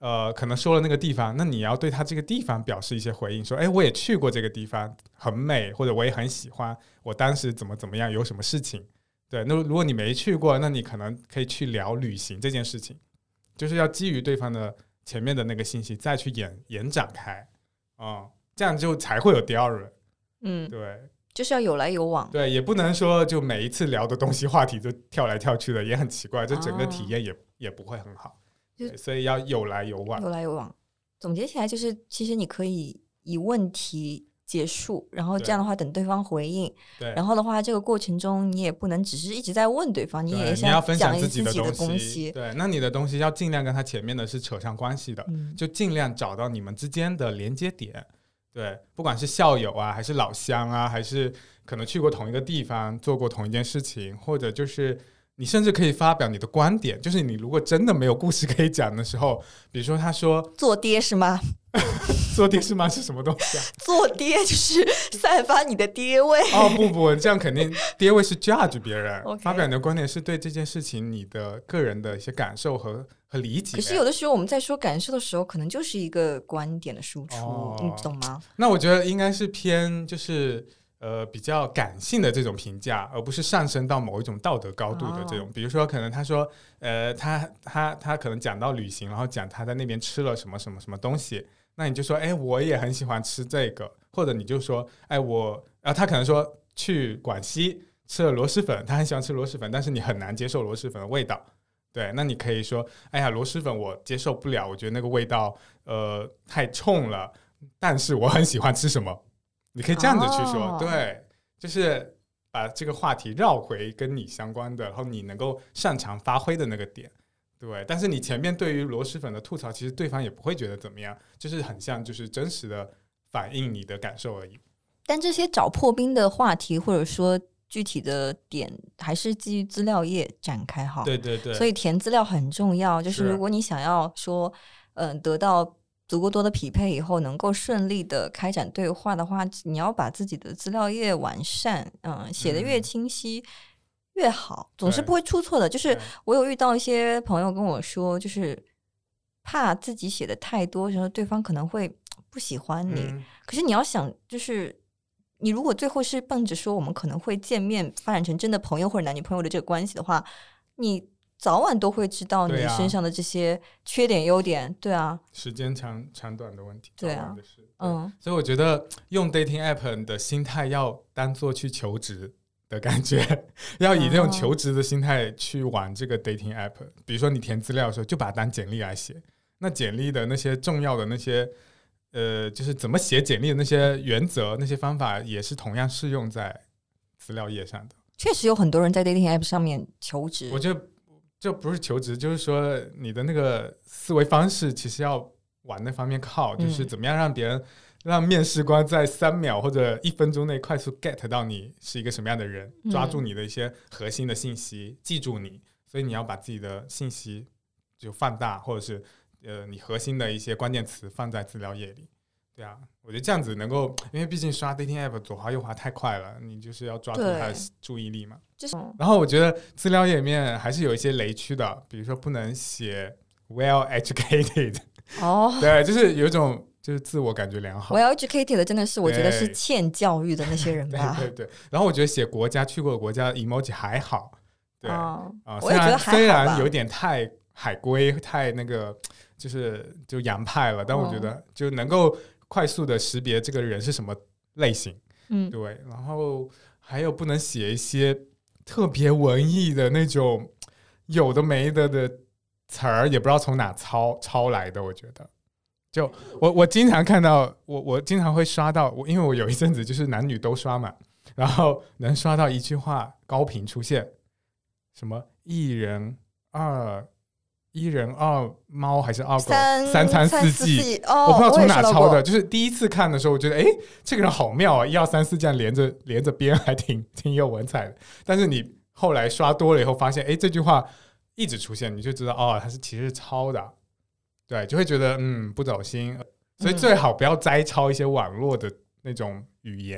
呃，可能说了那个地方，那你要对他这个地方表示一些回应，说，哎，我也去过这个地方，很美，或者我也很喜欢，我当时怎么怎么样，有什么事情。对，那如果你没去过，那你可能可以去聊旅行这件事情，就是要基于对方的前面的那个信息，再去延延展开，嗯，这样就才会有第二轮。嗯，对， 就是要有来有往。 对，也不能说就每一次聊的东西话题就跳来跳去的，也很奇怪，这整个体验也、哦、也不会很好。所以要有来有往， 有来有往。总结起来就是，其实你可以以问题结束，然后这样的话等对方回应。对。然后的话，这个过程中你也不能只是一直在问对方，你也你要分享自己的东西。 对，那你的东西要尽量跟他前面的是扯上关系的，嗯、就尽量找到你们之间的连接点。对，不管是校友啊，还是老乡啊，还是可能去过同一个地方，做过同一件事情，或者就是。你甚至可以发表你的观点，就是你如果真的没有故事可以讲的时候，比如说他说做爹是吗？ 做爹是吗？是什么东西啊？ 做爹就是散发你的爹味。 哦不不，这样肯定爹味是 judge 别人。okay. 发表你的观点是对这件事情你的个人的一些感受和和理解。 可是有的时候我们在说感受的时候，可能就是一个观点的输出，哦、你懂吗？ 那我觉得应该是偏就是。呃，比较感性的这种评价，而不是上升到某一种道德高度的这种。Oh. 比如说，可能他说，呃，他他他可能讲到旅行，然后讲他在那边吃了什么什么什么东西，那你就说，哎，我也很喜欢吃这个，或者你就说，哎，我，啊，他可能说去广西吃了螺蛳粉，他很喜欢吃螺蛳粉，但是你很难接受螺蛳粉的味道，对，那你可以说，哎呀，螺蛳粉我接受不了，我觉得那个味道，呃，太冲了，但是我很喜欢吃什么。你可以这样子去说、oh. 对，就是把这个话题绕回跟你相关的，然后你能够擅长发挥的那个点，对。但是你前面对于螺蛳粉的吐槽，其实对方也不会觉得怎么样，就是很像就是真实的反映你的感受而已。 但这些找破冰的话题或者说具体的点还是基于资料页展开哈。 对对对， 所以填资料很重要，就是如果你想要说嗯、呃、得到足够多的匹配以后能够顺利的开展对话的话，你要把自己的资料页完善，嗯，写得越清晰越好，总是不会出错的。就是我有遇到一些朋友跟我说，就是怕自己写的太多，然后对方可能会不喜欢你、嗯、可是你要想，就是你如果最后是奔着说我们可能会见面发展成真的朋友或者男女朋友的这个关系的话，你早晚都会知道你身上的这些缺点优点。对啊， 时间长长短的问题。 对啊， 对，嗯，所以我觉得用 dating app 的心态要当做去求职的感觉，要以那种求职的心态去玩这个 dating app、哦、比如说你填资料的时候就把它当简历来写，那简历的那些重要的那些呃，就是怎么写简历的那些原则那些方法也是同样适用在资料页上的。 确实有很多人在 dating app 上面求职， 我觉得这不是求职，就是说你的那个思维方式其实要往那方面靠、嗯、就是怎么样让别人让面试官在三秒或者一分钟内快速 get 到你是一个什么样的人、嗯、抓住你的一些核心的信息，记住你，所以你要把自己的信息就放大，或者是呃你核心的一些关键词放在资料页里。对啊，我觉得这样子能够，因为毕竟刷 dating app 左滑右滑太快了，你就是要抓住他的注意力嘛。然后我觉得资料页里面还是有一些雷区的，比如说不能写 well educated。哦，对，就是有一种就是自我感觉良好。 well educated 的真的是我觉得是欠教育的那些人吧。 对对对。然后我觉得写国家去过的国家 emoji 还好。对啊、 哦呃，我也觉得还好吧。 虽然有点太海归，太那个就是就洋派了，但我觉得就能够快速的识别这个人是什么类型。嗯，对。然后还有不能写一些特别文艺的那种有的没的的词儿，也不知道从哪抄抄来的。我觉得就我我经常看到我我经常会刷到我，因为我有一阵子就是男女都刷嘛，然后能刷到一句话高频出现，什么一人二一人二猫还是二狗三餐四季、哦、我不知道从哪抄的，就是第一次看的时候我觉得哎，这个人好妙啊，一二三四这样连着连着编还挺挺有文采的。但是你后来刷多了以后发现哎，这句话一直出现，你就知道哦，它是其实是抄的。对，就会觉得嗯不走心，所以最好不要摘抄一些网络的那种语言。 嗯、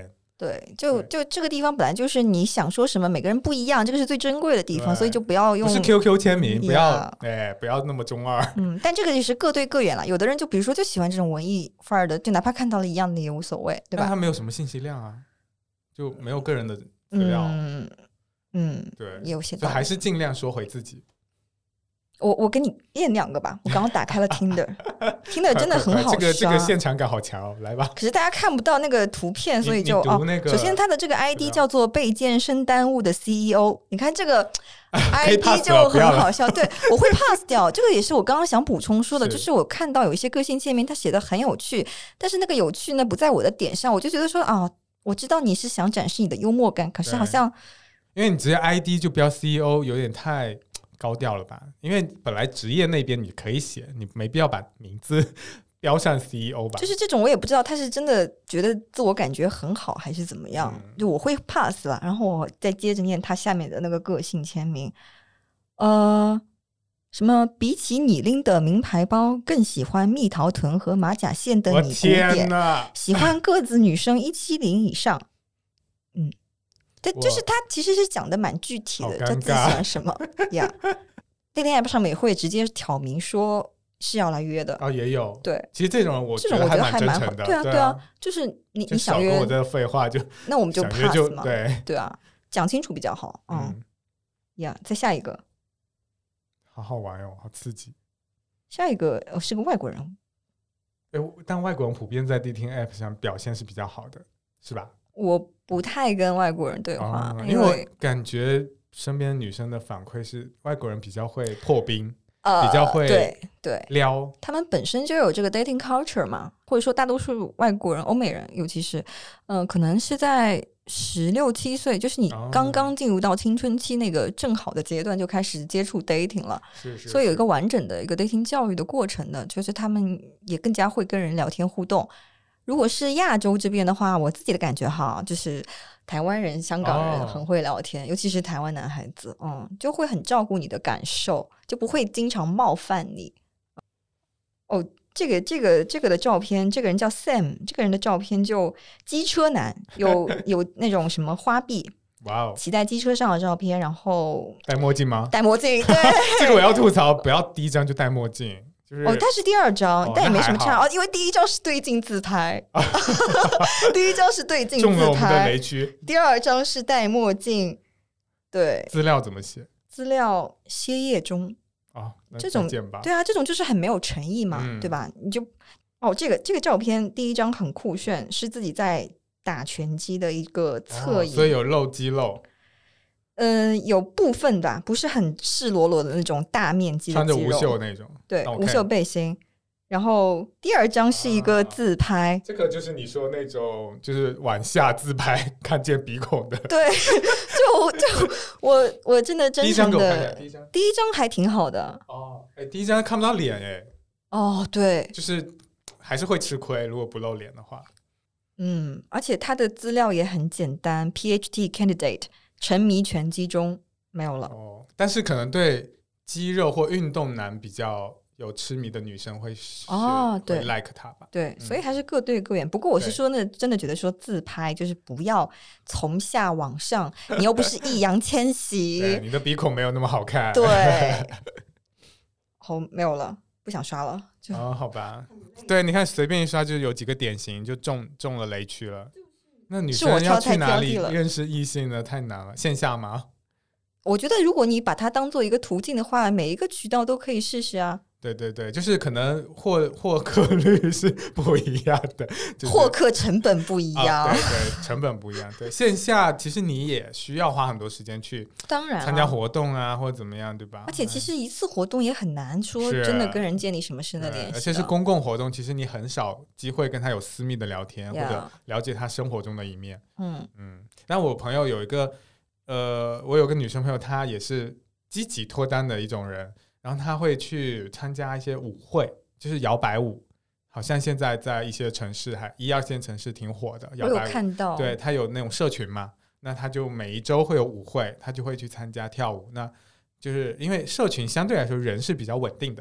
对，就就这个地方本来就是你想说什么，每个人不一样，这个是最珍贵的地方，所以就不要用不是 Q Q 签名，不要哎， 不要那么中二。 嗯，但这个也是各对各眼了。有的人就比如说就喜欢这种文艺范儿的，就哪怕看到了一样的也无所谓，对吧？ 但他没有什么信息量啊，就没有个人的资料。 嗯嗯， 对， 也有些就还是尽量说回自己。 我我给你验两个吧，我刚刚打开了 Tinder，Tinder 真的很好刷， 这个这个现场感好强哦，来吧。 可是大家看不到那个图片，所以就哦，那个、 首先它的这个 I D 叫做被健身耽误的 C E O， 你看这个 I D 就很好笑。对，我会 pass 掉，这个也是我刚刚想补充说的，就是我看到有一些个性界面它写的很有趣，但是那个有趣呢不在我的点上，我就觉得说啊，我知道你是想展示你的幽默感，可是好像因为你直接 I D 就标 C E O 有点太高调了吧，因为本来职业那边你可以写，你没必要把名字标上 C E O 吧。 就是这种我也不知道他是真的觉得自我感觉很好还是怎么样、嗯、就我会 pass 了，然后我再接着念他下面的那个个性签名，呃，什么比起你拎的名牌包更喜欢蜜桃臀和马甲线的你古典，喜欢个子女生一七零以上。嗯，但就是他其实是讲的蛮具体的，他自己喜欢什么呀。dating app 上面也会直接挑明说是要来约的。 哦，也有。 对， 其实这种我觉得还蛮真诚的。对啊，对啊，就是你你想约， 少跟我这个废话就， 那我们就 pass 嘛。 对对啊，讲清楚比较好。嗯，呀、嗯， yeah, 再下一个， 好好玩哦，好刺激。 下一个、哦、是个外国人。 诶，但外国人普遍在 dating app 上表现是比较好的，是吧？ 我不太跟外国人对话， 哦、因为我感觉身边女生的反馈是外国人比较会破冰，呃、比较会对对撩， 他们本身就有这个 dating culture 嘛，或者说大多数外国人、欧美人，尤其是嗯、呃，可能是在十六七岁，就是你刚刚进入到青春期那个正好的阶段，就开始接触 dating 了， 是是是， 所以有一个完整的一个 dating 教育的过程的，就是他们也更加会跟人聊天互动。如果是亚洲这边的话，我自己的感觉哈，就是台湾人、香港人很会聊天，哦、尤其是台湾男孩子，嗯，就会很照顾你的感受，就不会经常冒犯你。哦，这个这个这个的照片，这个人叫 Sam， 这个人的照片就机车男，有有那种什么花臂， 哇哦， 骑在机车上的照片，然后戴墨镜吗？ 戴墨镜，对， 这个我要吐槽，不要第一张就戴墨镜。就是、 哦，他是第二张、哦、但也没什么差哦，因为第一张是对镜自拍第一张是对镜自拍，中了我们的雷区。 第二张是戴墨镜。对， 资料怎么写？ 资料歇业中。 哦， 这种对啊，这种就是很没有诚意嘛、嗯、对吧？你就哦，这个这个照片第一张很酷炫，是自己在打拳击的一个侧影、哦、 所以有露肌肉。 嗯、呃，有部分的，不是很赤裸裸的那种大面积的肌肉， 穿着无袖那种， 对，无袖背心。然后第二张是一个自拍、啊、 这个就是你说那种就是往下自拍看见鼻孔的。 对，就就我我真的真诚的， 第一张第一张还挺好的哦，哎，第一张看不到脸哎。 哦，对， 就是还是会吃亏，如果不露脸的话。 嗯，而且他的资料也很简单 ，P H D candidate。沉迷拳击中，没有了、 哦、但是可能对肌肉或运动男比较有痴迷的女生会哦，对， 会 like 他吧， 对、嗯，所以还是各对各眼。不过我是说呢，真的觉得说自拍就是不要从下往上，你又不是易烊千玺你的鼻孔没有那么好看。 对，好、哦，没有了，不想刷了就哦，好吧。对，你看随便一刷就有几个典型就中中了雷区了。那女生要去哪里认识异性呢？太难了。线下吗？ 我觉得如果你把它当做一个途径的话，每一个渠道都可以试试啊。 对对对，就是可能获获客率是不一样的，就是、 获客成本不一样、 哦、对对，成本不一样。对，线下其实你也需要花很多时间去当然参加活动啊，或者怎么样，对吧？ 而且其实一次活动也很难说真的跟人建立什么深的联系， 而且是公共活动，其实你很少机会跟他有私密的聊天、yeah. 或者了解他生活中的一面。 嗯嗯，但我朋友有一个呃，我有个女生朋友，她也是积极脱单的一种人。然后他会去参加一些舞会，就是摇摆舞，好像现在在一些城市还一二线城市挺火的。摇摆舞， 我有看到， 对，他有那种社群嘛，那他就每一周会有舞会，他就会去参加跳舞。那就是因为社群相对来说人是比较稳定的，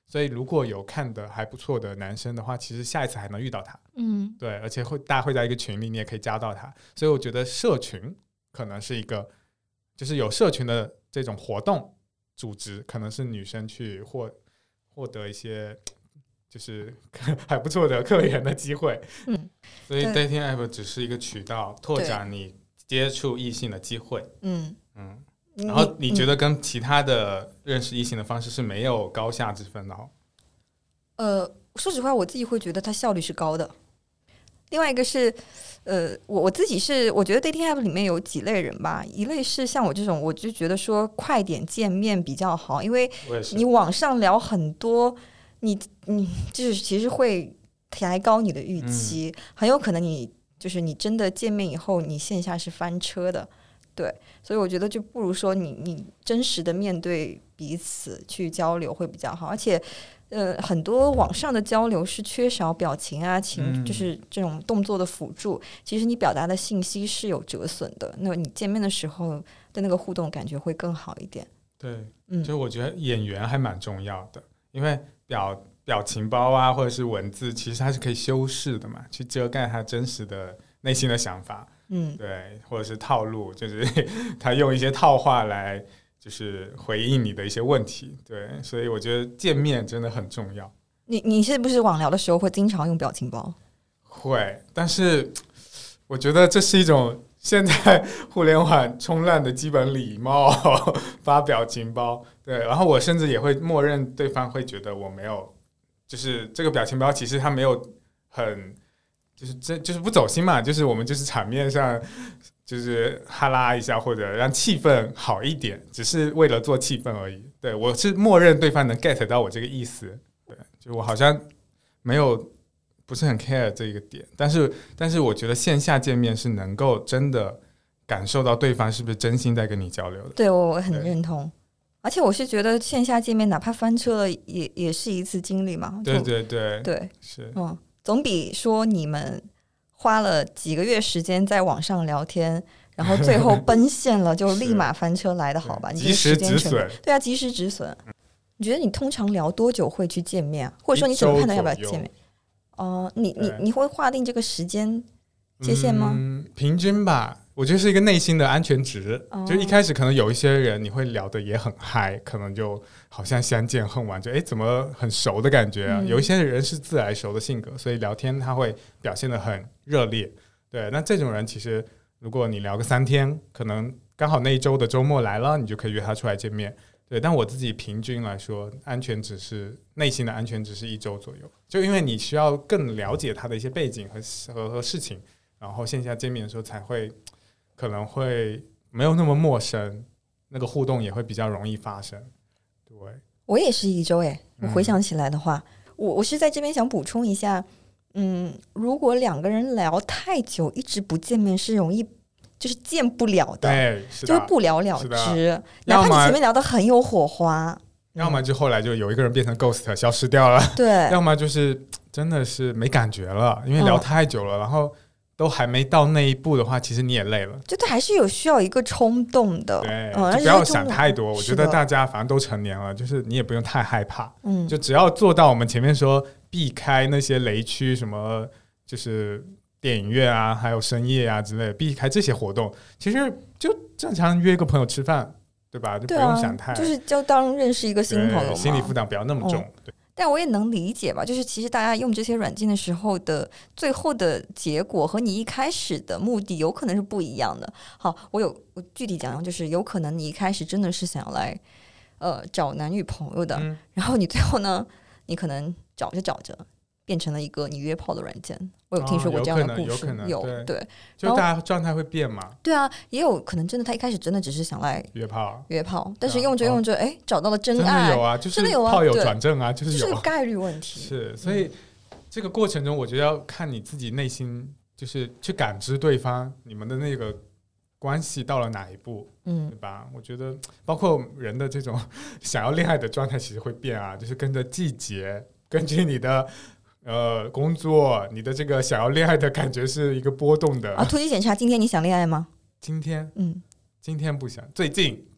所以如果有看的还不错的男生的话，其实下一次还能遇到他。 嗯， 对，而且会大家会在一个群里，你也可以加到他。所以我觉得社群可能是一个，就是有社群的这种活动组织，可能是女生去获获得一些就是还不错的客源的机会。 嗯， 所以 dating app 只是一个渠道，拓展你接触异性的机会。 嗯嗯。然后你觉得跟其他的认识异性的方式是没有高下之分的哦？ 呃，说实话，我自己会觉得它效率是高的。另外一个是，呃，我我自己是我觉得 dating app 里面有几类人吧，一类是像我这种，我就觉得说快点见面比较好，因为你网上聊很多，你你就是其实会抬高你的预期，嗯、很有可能你就是你真的见面以后，你线下是翻车的。对，所以我觉得就不如说你你真实的面对彼此去交流会比较好，而且呃很多网上的交流是缺少表情啊情、嗯、就是这种动作的辅助，其实你表达的信息是有折损的，那你见面的时候的那个互动感觉会更好一点。 对，嗯，就我觉得演员还蛮重要的，因为表表情包啊或者是文字其实它是可以修饰的嘛，去遮盖他真实的内心的想法。嗯，对，或者是套路，就是他用一些套话来就是回应你的一些问题。对，所以我觉得见面真的很重要。 你你是不是网聊的时候会经常用表情包？ 会，但是我觉得这是一种现在互联网冲浪的基本礼貌，发表情包。对，然后我甚至也会默认对方会觉得我没有，就是这个表情包其实他没有很。就是这就是不走心嘛，就是我们就是场面上就是哈拉一下或者让气氛好一点，只是为了做气氛而已。对，我是默认对方能 get 到我这个意思，对，就我好像没有不是很 care 这个点，但是但是我觉得线下见面是能够真的感受到对方是不是真心在跟你交流的。 对，我很认同。而且我是觉得线下见面哪怕翻车了也也是一次经历嘛。 对对对对， 是嗯。总比说你们花了几个月时间在网上聊天，然后最后奔现了就立马翻车来的好吧？ 及时止损。 对啊，及时止损。你觉得你通常聊多久会去见面啊？或者说你怎么判断要不要见面？哦、呃，你你你会划定这个时间界限吗？ 嗯，平均吧。我觉得是一个内心的安全值、哦、就一开始可能有一些人你会聊得也很嗨，可能就好像相见恨晚，就哎怎么很熟的感觉啊、嗯、有一些人是自来熟的性格，所以聊天他会表现得很热烈。对，那这种人其实如果你聊个三天，可能刚好那一周的周末来了，你就可以约他出来见面。对，但我自己平均来说安全值是内心的安全值是一周左右，就因为你需要更了解他的一些背景 和, 和, 和事情，然后线下见面的时候才会可能会没有那么陌生，那个互动也会比较容易发生。对， 我也是一周诶，我回想起来的话、嗯、我我是在这边想补充一下，嗯，如果两个人聊太久一直不见面是容易就是见不了的， 对，是的， 就是不了了之，哪怕你前面聊得很有火花， 要么就后来就有一个人变成 ghost 消失掉了， 对， 要么就是真的是没感觉了，因为聊太久了、嗯、然后都还没到那一步的话，其实你也累了， 就它还是有需要一个冲动的， 对、嗯、就不要想太多。我觉得大家反正都成年了，就是你也不用太害怕，嗯，就只要做到我们前面说避开那些雷区，什么就是电影院啊还有深夜啊之类的，避开这些活动，其实就正常约个朋友吃饭，对吧？就不用想太、 啊、就是就当认识一个新朋友嘛， 心理负担不要那么重、嗯、对。 但我也能理解吧，就是其实大家用这些软件的时候的最后的结果和你一开始的目的有可能是不一样的。好，我有我具体讲，就是有可能你一开始真的是想要来呃找男女朋友的、嗯、然后你最后呢你可能找着找着变成了一个你约炮的软件。我有听说过这样的故事、哦、有可能有可能有 对, 对， 就大家状态会变嘛。 对啊，也有可能真的他一开始真的只是想来约炮约炮，但是用着用着哎、哦、找到了真爱， 真的有啊，就是炮友转正啊，就是有、 就是概率问题。 是，所以这个过程中我觉得要看你自己内心，就是去感知对方你们的那个关系到了哪一步，嗯，对吧？我觉得包括人的这种想要恋爱的状态其实会变啊，就是跟着季节，根据你的呃，工作，你的这个想要恋爱的感觉是一个波动的啊。突击检查，今天你想恋爱吗？ 今天， 嗯， 今天不想，最近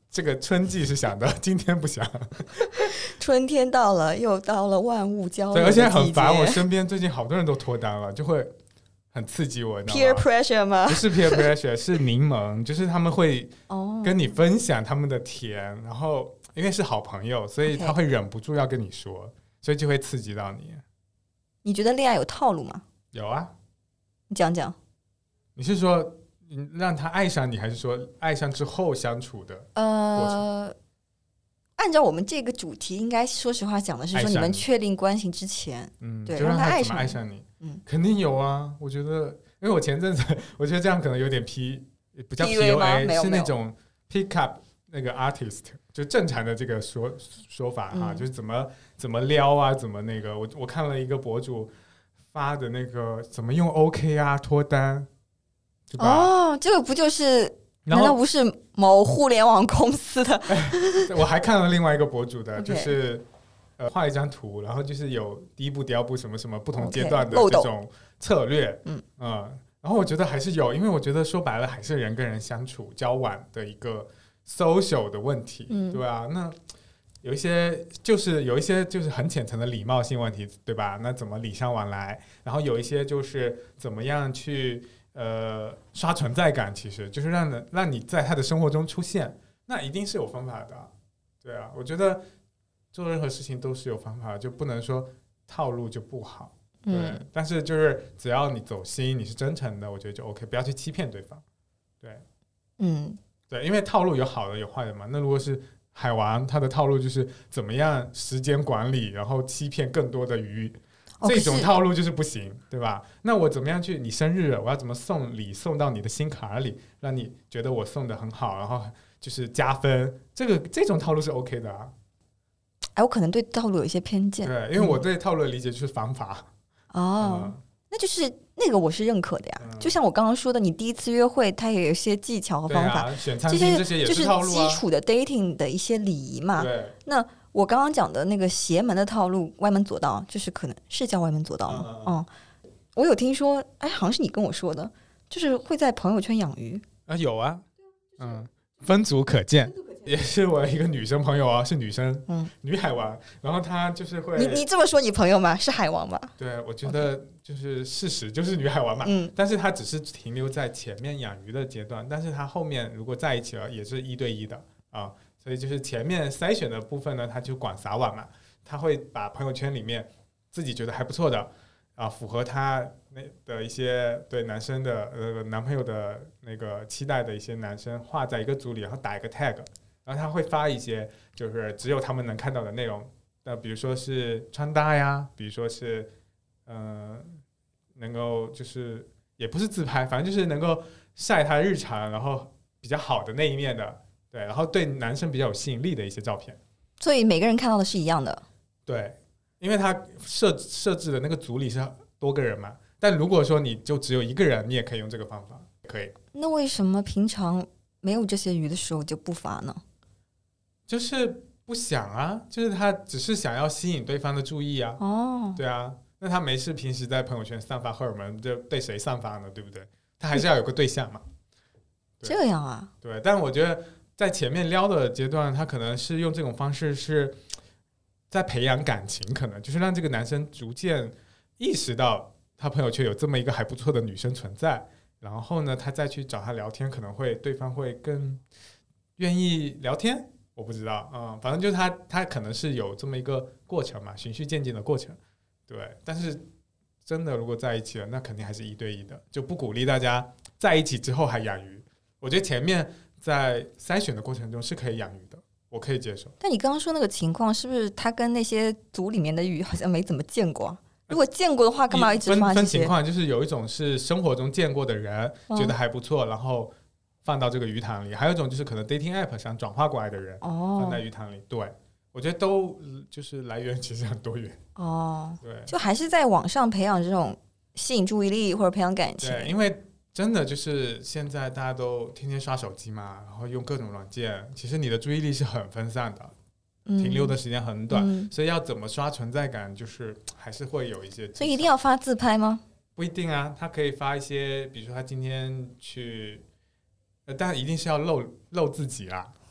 这个春季是想的，今天不想。 春天到了，又到了万物交流的对，而且很季烦。 节我身边最近好多人都脱单了，就会很刺激我。 peer pressure 吗？ 不是 peer pressure， 是柠檬，就是他们会哦， 跟你分享他们的甜，然后因为是好朋友，所以他会忍不住要跟你说，所以就会刺激到你。 你觉得恋爱有套路吗？ 有啊， 你讲讲。 你是说让他爱上你，还是说爱上之后相处的过程？ 呃，按照我们这个主题，应该说实话讲的是说你们确定关系之前， 嗯， 对， 就让他爱上爱上你， 嗯， 肯定有啊。我觉得，因为我前阵子我觉得这样可能有点 P， 不叫 P U A， 是那种 pick up 那个 artist， 就正常的这个说说法哈、嗯，就是怎么怎么撩啊，怎么那个。我我看了一个博主发的那个怎么用 OK 啊脱单。 哦，这个不就是难道不是某互联网公司的？ 我还看了另外一个博主的， okay. 就是呃画一张图，然后就是有第一步、第二步什么什么不同阶段的这种策略， okay. 嗯嗯，然后我觉得还是有，因为我觉得说白了还是人跟人相处、交往的一个 social 的问题， 嗯、 对吧？那有一些就是有一些就是很浅层的礼貌性问题，对吧？那怎么礼尚往来？然后有一些就是怎么样去。呃，刷存在感其实就是让人让你在他的生活中出现，那一定是有方法的。对啊，我觉得做任何事情都是有方法的，就不能说套路就不好。对，嗯、但是就是只要你走心，你是真诚的，我觉得就 OK， 不要去欺骗对方。对， 嗯， 对，因为套路有好的有坏的嘛。那如果是海王，他的套路就是怎么样时间管理，然后欺骗更多的鱼。这种套路就是不行，对吧？那我怎么样去你生日我要怎么送礼送到你的心坎里，让你觉得我送的很好，然后就是加分，这个这种套路是 OK 的啊。 哎，我可能对套路有一些偏见。 对，因为我对套路的理解就是方法。 嗯、哦、嗯，那就是那个我是认可的呀、嗯。就像我刚刚说的，你第一次约会它也有一些技巧和方法， 啊、选餐厅这些也是套路啊， 就是基础的 dating 的一些礼仪嘛。 对， 那我刚刚讲的那个邪门的套路，歪门左道，就是可能是叫歪门左道吗？嗯，嗯嗯我有听说，哎，好像是你跟我说的，就是会在朋友圈养鱼啊，有啊，嗯，分组可见，也是我一个女生朋友啊，是女生，嗯，女海王，然后她就是会， 你你这么说你朋友吗？是海王吧？ 对，我觉得就是事实就是女海王嘛， 嗯， 但是她只是停留在前面养鱼的阶段，但是她后面如果在一起了，也是一对一的啊。所以就是前面筛选的部分呢，他就管撒网嘛，他会把朋友圈里面自己觉得还不错的啊，符合他那的一些对男生的呃男朋友的那个期待的一些男生画在一个组里，然后打一个 tag， 然后他会发一些就是只有他们能看到的内容，那比如说是穿搭呀，比如说是呃能够就是也不是自拍，反正就是能够晒他日常然后比较好的那一面的。对，然后对男生比较有吸引力的一些照片， 所以每个人看到的是一样的。 对，因为他设设置的那个组里是多个人嘛，但如果说你就只有一个人，你也可以用这个方法，可以。 那为什么平常没有这些鱼的时候就不发呢？ 就是不想啊，就是他只是想要吸引对方的注意啊。 哦， 对啊，那他没事平时在朋友圈散发荷尔蒙，就对谁散发呢？对不对？他还是要有个对象嘛。 这样啊？ 对，但我觉得。在前面撩的阶段，他可能是用这种方式是在培养感情，可能就是让这个男生逐渐意识到他朋友圈有这么一个还不错的女生存在，然后呢，他再去找他聊天，可能会对方会更愿意聊天。我不知道，嗯，反正就是他他可能是有这么一个过程嘛，循序渐进的过程。对，但是真的如果在一起了，那肯定还是一对一的，就不鼓励大家在一起之后还养鱼。我觉得前面。在筛选的过程中是可以养鱼的，我可以接受。 但你刚刚说那个情况，是不是他跟那些组里面的鱼好像没怎么见过？如果见过的话，干嘛一直发这些？ 分分情况，就是有一种是生活中见过的人，嗯、觉得还不错，然后放到这个鱼塘里；还有一种就是可能 dating app 上转化过来的人， 哦、 放在鱼塘里。对，我觉得都就是来源其实很多元。 哦， 对， 就还是在网上培养这种吸引注意力或者培养感情。 对，因为。真的就是现在大家都天天刷手机嘛，然后用各种软件，其实你的注意力是很分散的，嗯、停留的时间很短、嗯，所以要怎么刷存在感，就是还是会有一些。 所以一定要发自拍吗？ 不一定啊，他可以发一些，比如说他今天去，呃，但一定是要露露自己啦。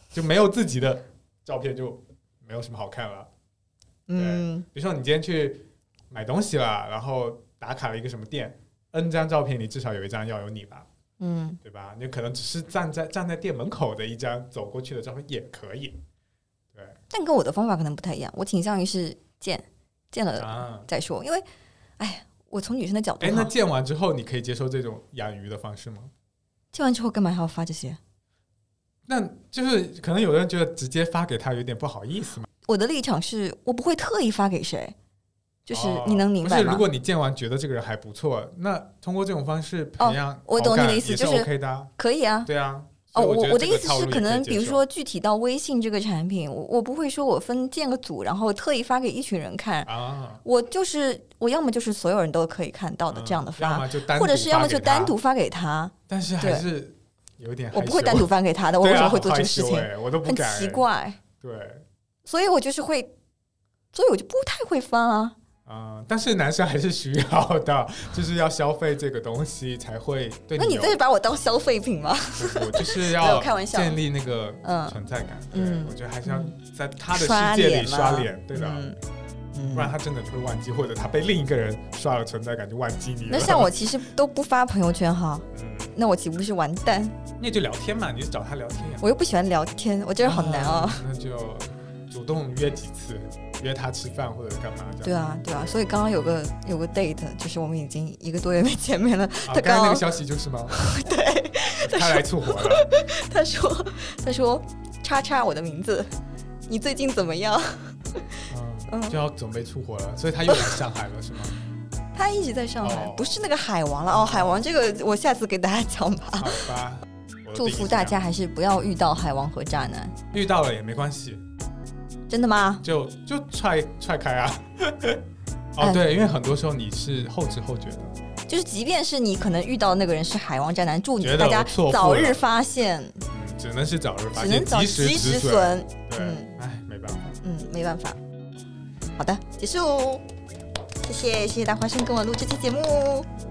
就没有自己的照片就没有什么好看了。嗯，比如说你今天去买东西了，然后打卡了一个什么店 ，N 张照片，你至少有一张要有你吧，嗯，对吧？你可能只是站在站在店门口的一张走过去的照片也可以，对。 但跟我的方法可能不太一样，我倾向于是见见了再说，啊、因为，哎，我从女生的角度， 哎，那见完之后，你可以接受这种养鱼的方式吗？ 见完之后干嘛还要发这些？ 那就是可能有人觉得直接发给他有点不好意思嘛。 我的立场是我不会特意发给谁，就是你能明白吗？ 哦、不是，如果你见完觉得这个人还不错，那通过这种方式培养、哦， 我懂你的意思， 就是 OK 的、啊， 可以啊， 对啊。 哦，我我的意思是，可能比如说具体到微信这个产品，我我不会说我分建个组，然后特意发给一群人看啊。我就是我要么就是所有人都可以看到的这样的发， 嗯、 或者是要么就单独发给他。 但是还是有点害羞， 我不会单独发给他的，我为什么会做这个事情？ 啊、我都不敢， 很奇怪。 对， 所以我就是会，所以我就不太会发啊。 嗯，但是男生还是需要的，就是要消费这个东西才会对你有。 那你这是把我当消费品吗？ 不不，就是要建立那个存在感。嗯，我觉得还是要在他的世界里刷脸，对的。嗯，不然他真的会忘记，或者他被另一个人刷了存在感就忘记你了。 那像我其实都不发朋友圈哈，嗯，那我岂不是完蛋？ 你也就聊天嘛，你就找他聊天呀。 我又不喜欢聊天，我觉得好难哦。 那就主动约几次。约他吃饭或者干嘛这样？ 对啊，对啊，所以刚刚有个有个 date， 就是我们已经一个多月没见面了。 啊、 他刚刚那个消息就是吗？ 对， 他来促活了。 他说：“他说，叉叉我的名字，你最近怎么样？” 嗯，就要准备出国了，所以他又来上海了，是吗？ 他一直在上海，哦、不是那个海王了哦。海王这个我下次给大家讲吧。 好吧。 祝福大家还是不要遇到海王和渣男。 遇到了也没关系。 真的吗？ 就就踹踹开啊！哦，对，因为很多时候你是后知后觉的， 就是即便是你可能遇到那个人是海王渣男，祝你大家早日发现。 嗯，只能是早日发现， 只能早及时止损。 对，哎，没办法。 嗯，没办法。好的，结束。谢谢谢谢大花生跟我录这期节目。